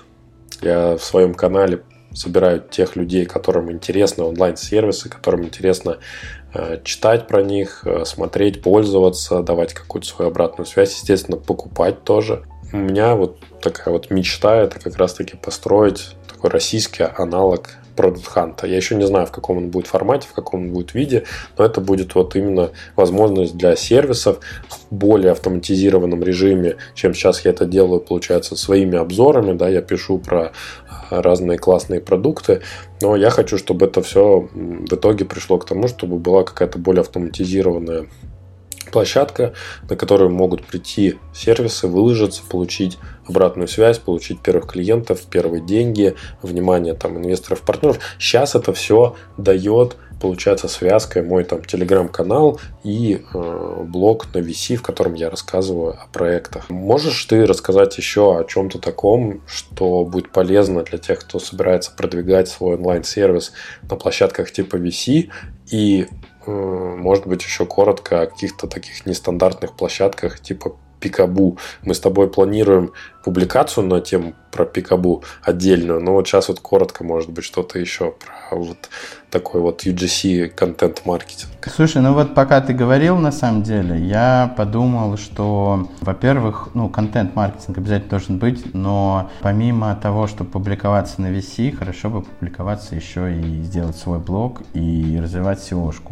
Я в своем канале собираю тех людей, которым интересны онлайн-сервисы, которым интересно э, читать про них, э, смотреть, пользоваться, давать какую-то свою обратную связь, естественно, покупать тоже. У меня вот такая вот мечта – это как раз-таки построить такой российский аналог Product Hunt. Я еще не знаю, в каком он будет формате, в каком он будет виде, но это будет вот именно возможность для сервисов в более автоматизированном режиме, чем сейчас я это делаю, получается, своими обзорами. Да, я пишу про разные классные продукты, но я хочу, чтобы это все в итоге пришло к тому, чтобы была какая-то более автоматизированная площадка, на которую могут прийти сервисы, выложиться, получить обратную связь, получить первых клиентов, первые деньги, внимание там инвесторов, партнеров. Сейчас это все дает, получается, связкой мой там телеграм-канал и э, блог на ви си, в котором я рассказываю о проектах. Можешь ты рассказать еще о чем-то таком, что будет полезно для тех, кто собирается продвигать свой онлайн-сервис на площадках типа ви си, и может быть, еще коротко о каких-то таких нестандартных площадках типа Пикабу. Мы с тобой планируем публикацию на тему про Пикабу отдельную, но вот сейчас вот коротко, может быть, что-то еще про вот такой вот ю джи си контент-маркетинг.
Слушай, ну вот пока ты говорил, на самом деле, я подумал, что, во-первых, ну, контент-маркетинг обязательно должен быть, но помимо того, чтобы публиковаться на ви си, хорошо бы публиковаться еще и сделать свой блог и развивать сеошку.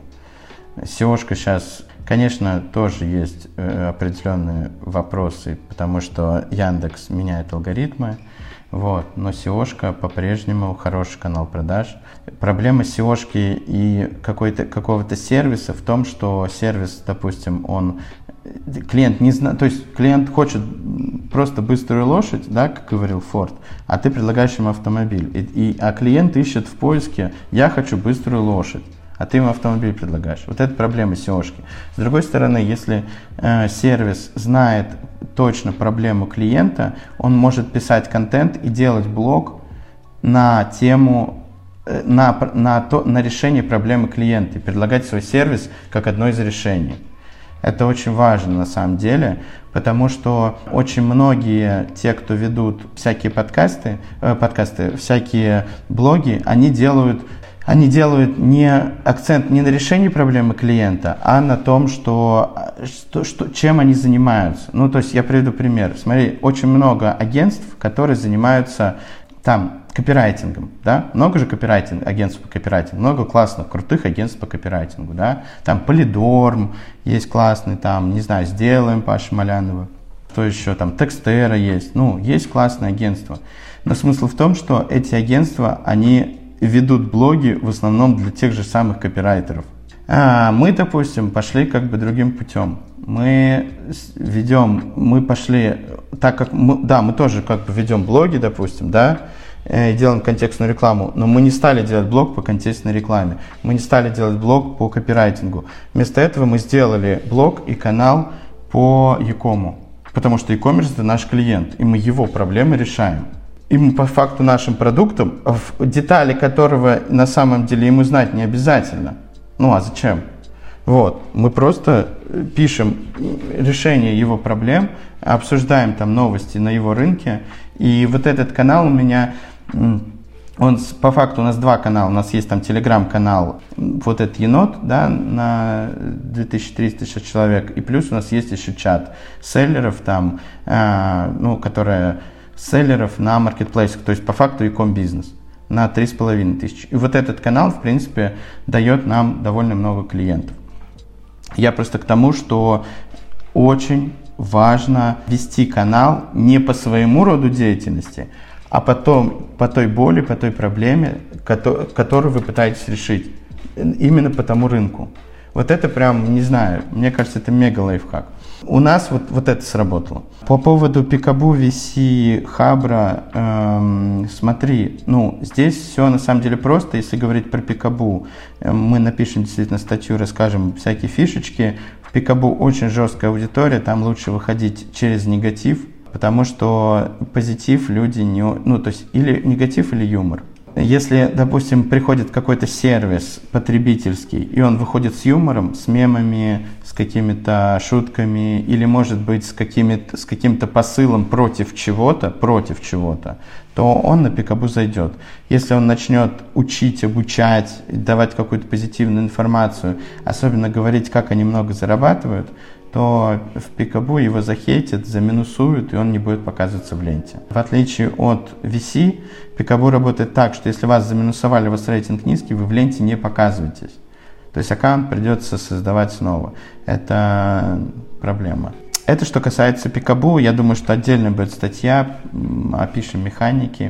сеошка сейчас, конечно, тоже есть э, определенные вопросы, потому что Яндекс меняет алгоритмы, вот, но сеошка по-прежнему хороший канал продаж. Проблема сеошки и какой-то, какого-то сервиса в том, что сервис, допустим, он клиент не знает, то есть клиент хочет просто быструю лошадь, да, как говорил Форд, а ты предлагаешь ему автомобиль, и, и, а клиент ищет в поиске «я хочу быструю лошадь», а ты ему автомобиль предлагаешь. Вот это проблема сеошки. С другой стороны, если э, сервис знает точно проблему клиента, он может писать контент и делать блог на тему, э, на, на, то, на решение проблемы клиента и предлагать свой сервис как одно из решений. Это очень важно на самом деле, потому что очень многие, те, кто ведут всякие подкасты, э, подкасты, всякие блоги, они делают... Они делают не акцент не на решении проблемы клиента, а на том, что, что, что, чем они занимаются. Ну, то есть я приведу пример. Смотри, очень много агентств, которые занимаются там копирайтингом, да? Много же копирайтинг, агентств по копирайтингу, много классных, крутых агентств по копирайтингу, да? Там Полидорм есть классный, там, не знаю, Сделаем, Паша Малянова. Что еще? Там Текстера есть. Ну, есть классные агентства. Но смысл в том, что эти агентства, они ведут блоги в основном для тех же самых копирайтеров. А мы, допустим, пошли как бы другим путем. Мы ведем, мы пошли, так как мы, да, мы тоже как бы ведем блоги, допустим, да, и делаем контекстную рекламу, но мы не стали делать блог по контекстной рекламе, мы не стали делать блог по копирайтингу. Вместо этого мы сделали блог и канал по e-com, потому что e-commerce это наш клиент, и мы его проблемы решаем. Ему по факту нашим продуктам, детали которого на самом деле ему знать не обязательно. Ну а зачем? Вот, мы просто пишем решение его проблем, обсуждаем там новости на его рынке. И вот этот канал у меня, он по факту у нас два канала. У нас есть там телеграм-канал, вот этот енот, да, на две тысячи триста человек. И плюс у нас есть еще чат селлеров там, э, ну, которые... селлеров на маркетплейсах, то есть по факту e-com бизнес на три с половиной тысячи. И вот этот канал, в принципе, дает нам довольно много клиентов. Я просто к тому, что очень важно вести канал не по своему роду деятельности, а потом по той боли, по той проблеме, которую вы пытаетесь решить. Именно по тому рынку. Вот это прям, не знаю, мне кажется, это мега лайфхак. У нас вот, вот это сработало. По поводу Пикабу, ви си, Хабра, эм, смотри, ну, здесь все на самом деле просто. Если говорить про Пикабу, э, мы напишем действительно статью, расскажем всякие фишечки. В Пикабу очень жесткая аудитория, там лучше выходить через негатив, потому что позитив люди не... Ну, то есть или негатив, или юмор. Если, допустим, приходит какой-то сервис потребительский, и он выходит с юмором, с мемами, с какими-то шутками, или, может быть, с, какими-то, с каким-то посылом против чего-то, против чего-то, то он на Пикабу зайдет. Если он начнет учить, обучать, давать какую-то позитивную информацию, особенно говорить, как они много зарабатывают, то в Пикабу его захейтят, заминусуют, и он не будет показываться в ленте. В отличие от ви си, Пикабу работает так, что если вас заминусовали, у вас рейтинг низкий, вы в ленте не показываетесь. То есть аккаунт придется создавать снова. Это проблема. Это что касается Пикабу. Я думаю, что отдельно будет статья, опишем механики,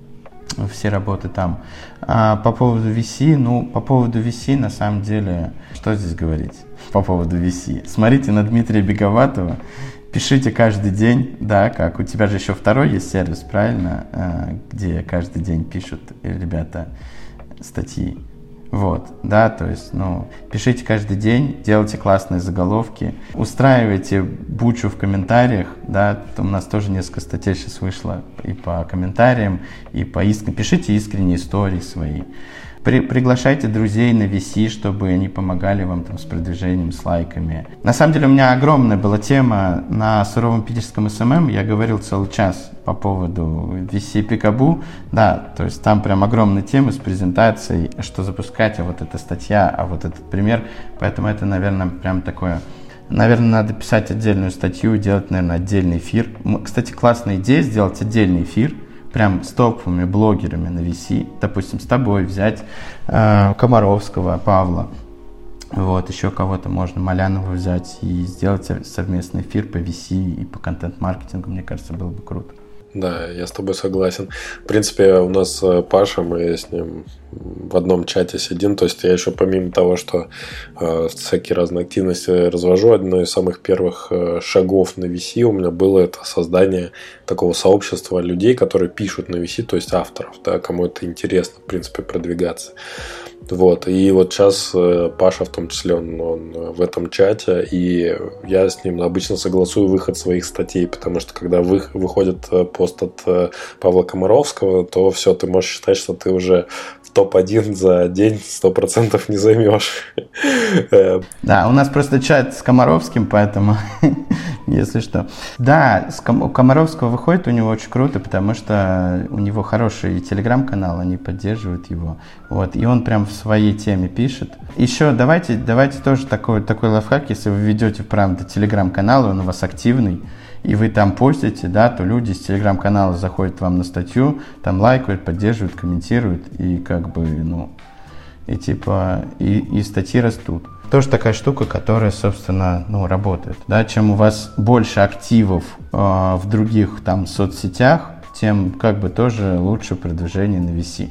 все работы там. А по поводу ви си, ну, по поводу ви си, на самом деле, что здесь говорить по поводу ви си? Смотрите на Дмитрия Беговатова, пишите каждый день, да, как у тебя же еще второй есть сервис, правильно, где каждый день пишут ребята статьи. Вот, да, то есть, ну, пишите каждый день, делайте классные заголовки, устраивайте бучу в комментариях, да, у нас тоже несколько статей сейчас вышло и по комментариям, и по искренним, пишите искренние истории свои. При, приглашайте друзей на ви си, чтобы они помогали вам там с продвижением, с лайками. На самом деле у меня огромная была тема на суровом питерском эс эм эм, я говорил целый час по поводу ви си Пикабу, да, то есть там прям огромная тема с презентацией, что запускать, а вот эта статья, а вот этот пример, поэтому это, наверное, прям такое... Наверное, надо писать отдельную статью, делать, наверное, отдельный эфир. Кстати, классная идея сделать отдельный эфир, прям с топовыми блогерами на ви си, допустим, с тобой взять э, Комаровского, Павла, вот, еще кого-то можно, Малянова взять и сделать совместный эфир по ви си и по контент-маркетингу, мне кажется, было бы круто.
Да, я с тобой согласен. В принципе, у нас Паша, мы с ним в одном чате сидим. То есть я еще помимо того, что э, всякие разные активности развожу, одно из самых первых э, шагов на ви си у меня было это создание такого сообщества людей, которые пишут на ви си, то есть авторов, да, кому это интересно, в принципе, продвигаться. Вот, и вот сейчас Паша, в том числе, он, он в этом чате, и я с ним обычно согласую выход своих статей, потому что когда вы, выходит пост от Павла Комаровского, то все, ты можешь считать, что ты уже в топ один за день сто процентов не займешь.
Да, у нас просто чат с Комаровским, поэтому, если что. Да, у Комаровского выходит, у него очень круто, потому что у него хороший телеграм-канал, они поддерживают его, вот, и он прям в своей теме пишет. Еще давайте, давайте тоже такой, такой лайфхак, если вы ведете, правда, телеграм-канал, он у вас активный, и вы там постите, да, то люди из телеграм-канала заходят вам на статью, там лайкают, поддерживают, комментируют, и как бы, ну, и типа, и, и статьи растут. Тоже такая штука, которая, собственно, ну, работает, да, чем у вас больше активов э, в других там соцсетях, тем как бы тоже лучше продвижение на ви си.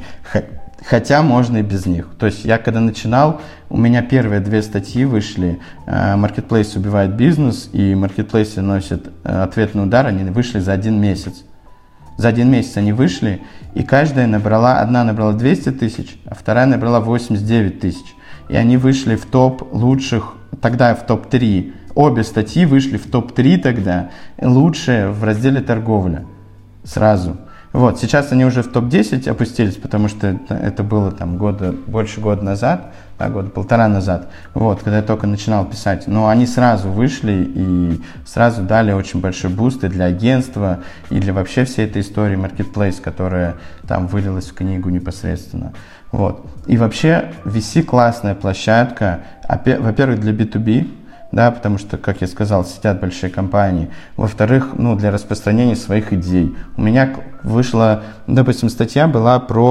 Хотя можно и без них. То есть я когда начинал, у меня первые две статьи вышли. Marketplace убивает бизнес и Marketplace носит ответный удар. Они вышли за один месяц. За один месяц они вышли, и каждая набрала, одна набрала двести тысяч, а вторая набрала восемьдесят девять тысяч. И они вышли в топ лучших, тогда в топ три. Обе статьи вышли в топ три тогда, лучшие в разделе торговля. Сразу. Вот, сейчас они уже в топ десять опустились, потому что это, это было там года, больше года назад, да, года полтора назад, вот, когда я только начинал писать. Но они сразу вышли и сразу дали очень большой буст и для агентства, и для вообще всей этой истории Marketplace, которая там вылилась в книгу непосредственно. Вот. И вообще ви си классная площадка, во-первых, для би ту би, да, потому что, как я сказал, сидят большие компании. Во-вторых, ну, для распространения своих идей. У меня вышла, допустим, статья была про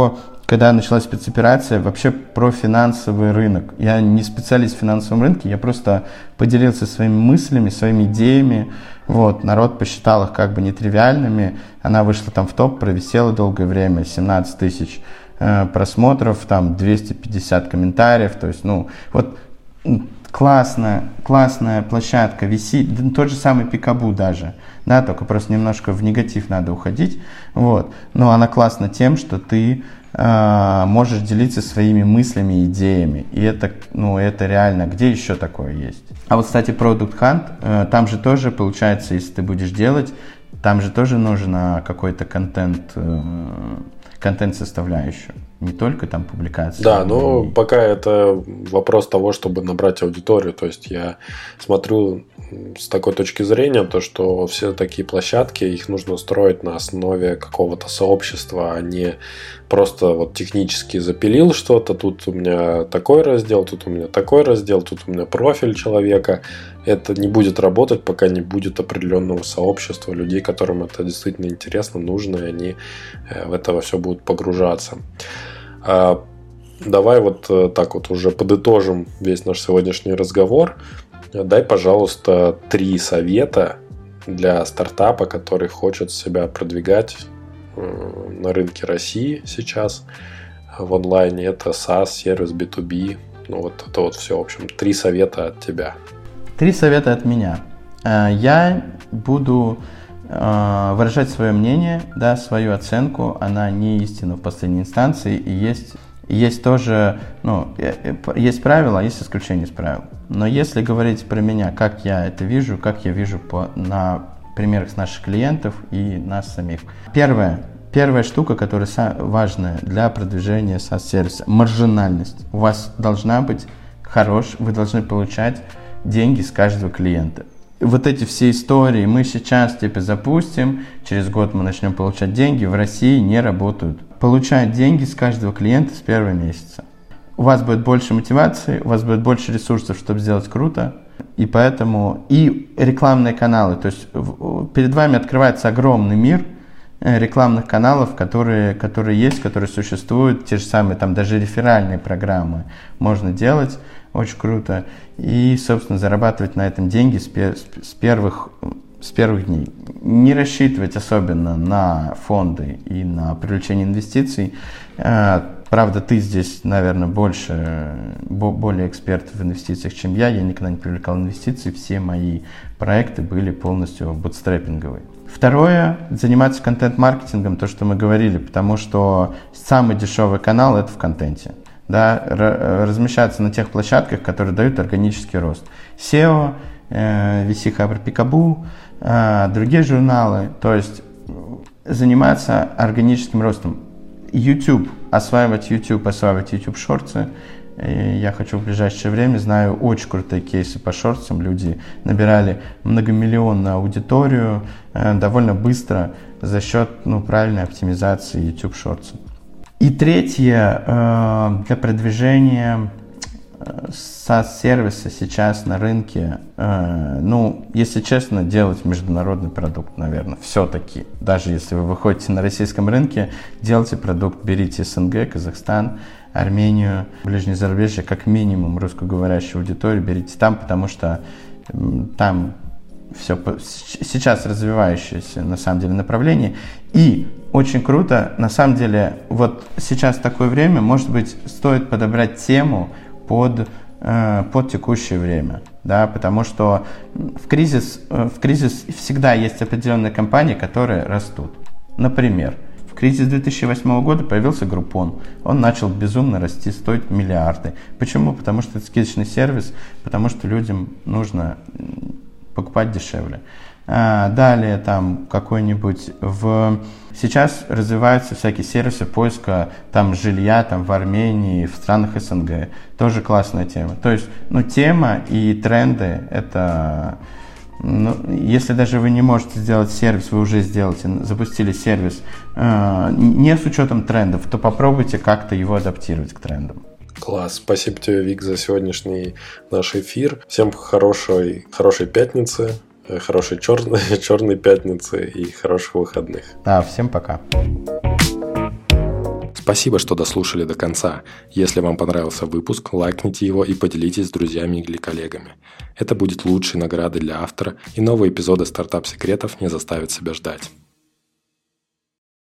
когда началась спецоперация, вообще про финансовый рынок. Я не специалист в финансовом рынке, я просто поделился своими мыслями, своими идеями. Вот, народ посчитал их как бы нетривиальными. Она вышла там в топ, провисела долгое время, семнадцать тысяч э, просмотров, там двести пятьдесят комментариев. То есть, ну, вот классная, классная площадка, висит, тот же самый Пикабу даже, да, только просто немножко в негатив надо уходить. Вот. Но она классна тем, что ты можешь делиться своими мыслями, идеями. И это, ну, это реально, где еще такое есть? А вот, кстати, Product Hunt, там же тоже, получается, если ты будешь делать, там же тоже нужно какой-то контент, контент-составляющую. Не только там публикации.
Да, но и... пока это вопрос того, чтобы набрать аудиторию. То есть я смотрю с такой точки зрения, то, что все такие площадки, их нужно строить на основе какого-то сообщества, а не просто вот технически запилил что-то. Тут у меня такой раздел, тут у меня такой раздел, тут у меня профиль человека. Это не будет работать, пока не будет определенного сообщества людей, которым это действительно интересно, нужно, и они в это во все будут погружаться. Давай вот так вот уже подытожим весь наш сегодняшний разговор. Дай, пожалуйста, три совета для стартапа, который хочет себя продвигать на рынке России сейчас в онлайне. Это SaaS, сервис, би ту би. Ну вот это вот все, в общем, три совета от тебя.
Три совета от меня. Я буду выражать свое мнение, да, свою оценку. Она не истина в последней инстанции. И есть, есть тоже, ну, есть правила, есть исключения из правил. Но если говорить про меня, как я это вижу, как я вижу по, на примерах наших клиентов и нас самих. Первое. Первая штука, которая важная для продвижения SaaS-сервиса – маржинальность. У вас должна быть хорош, вы должны получать деньги с каждого клиента. Вот эти все истории мы сейчас типа запустим, через год мы начнем получать деньги, в России не работают. Получать деньги с каждого клиента с первого месяца. У вас будет больше мотивации, у вас будет больше ресурсов, чтобы сделать круто. И поэтому и рекламные каналы, то есть перед вами открывается огромный мир рекламных каналов, которые, которые есть, которые существуют, те же самые, там даже реферальные программы можно делать, очень круто, и, собственно, зарабатывать на этом деньги с, пер, с, первых, с первых дней. Не рассчитывать особенно на фонды и на привлечение инвестиций. Правда, ты здесь, наверное, больше, более эксперт в инвестициях, чем я. Я никогда не привлекал инвестиции, все мои проекты были полностью бутстрепинговые. Второе, заниматься контент-маркетингом, то, что мы говорили, потому что самый дешевый канал – это в контенте. Да, размещаться на тех площадках, которые дают органический рост. сео, ви си Hub, Пикабу, другие журналы, то есть заниматься органическим ростом. YouTube, осваивать YouTube, осваивать YouTube шорты. Я хочу в ближайшее время, знаю очень крутые кейсы по шортсам. Люди набирали многомиллионную аудиторию э, довольно быстро за счет, ну, правильной оптимизации YouTube шортсов. И третье, э, для продвижения SaaS-сервиса сейчас на рынке, э, ну, если честно, делать международный продукт, наверное, все-таки. Даже если вы выходите на российском рынке, делайте продукт, берите СНГ, Казахстан, Армению, ближнее зарубежье, как минимум русскоговорящую аудиторию берите там, потому что там все сейчас развивающееся на самом деле направление. И очень круто, на самом деле, вот сейчас такое время, может быть, стоит подобрать тему под, э, под текущее время, да, потому что в кризис, в кризис всегда есть определенные компании, которые растут. Например, в кризис две тысячи восьмого года появился Groupon. Он начал безумно расти, стоить миллиарды. Почему? Потому что это скидочный сервис, потому что людям нужно покупать дешевле. А далее там какой-нибудь в... Сейчас развиваются всякие сервисы поиска там жилья там в Армении, в странах СНГ. Тоже классная тема. То есть, ну, тема и тренды это... Ну, если даже вы не можете сделать сервис, вы уже сделаете, запустили сервис э, не с учетом трендов, то попробуйте как-то его адаптировать к трендам.
Класс. Спасибо тебе, Вик, за сегодняшний наш эфир. Всем хорошей, хорошей пятницы, хорошей черной, черной пятницы и хороших выходных.
Да, всем пока.
Спасибо, что дослушали до конца. Если вам понравился выпуск, лайкните его и поделитесь с друзьями или коллегами. Это будет лучшей наградой для автора, и новые эпизоды «Стартап-секретов» не заставят себя ждать.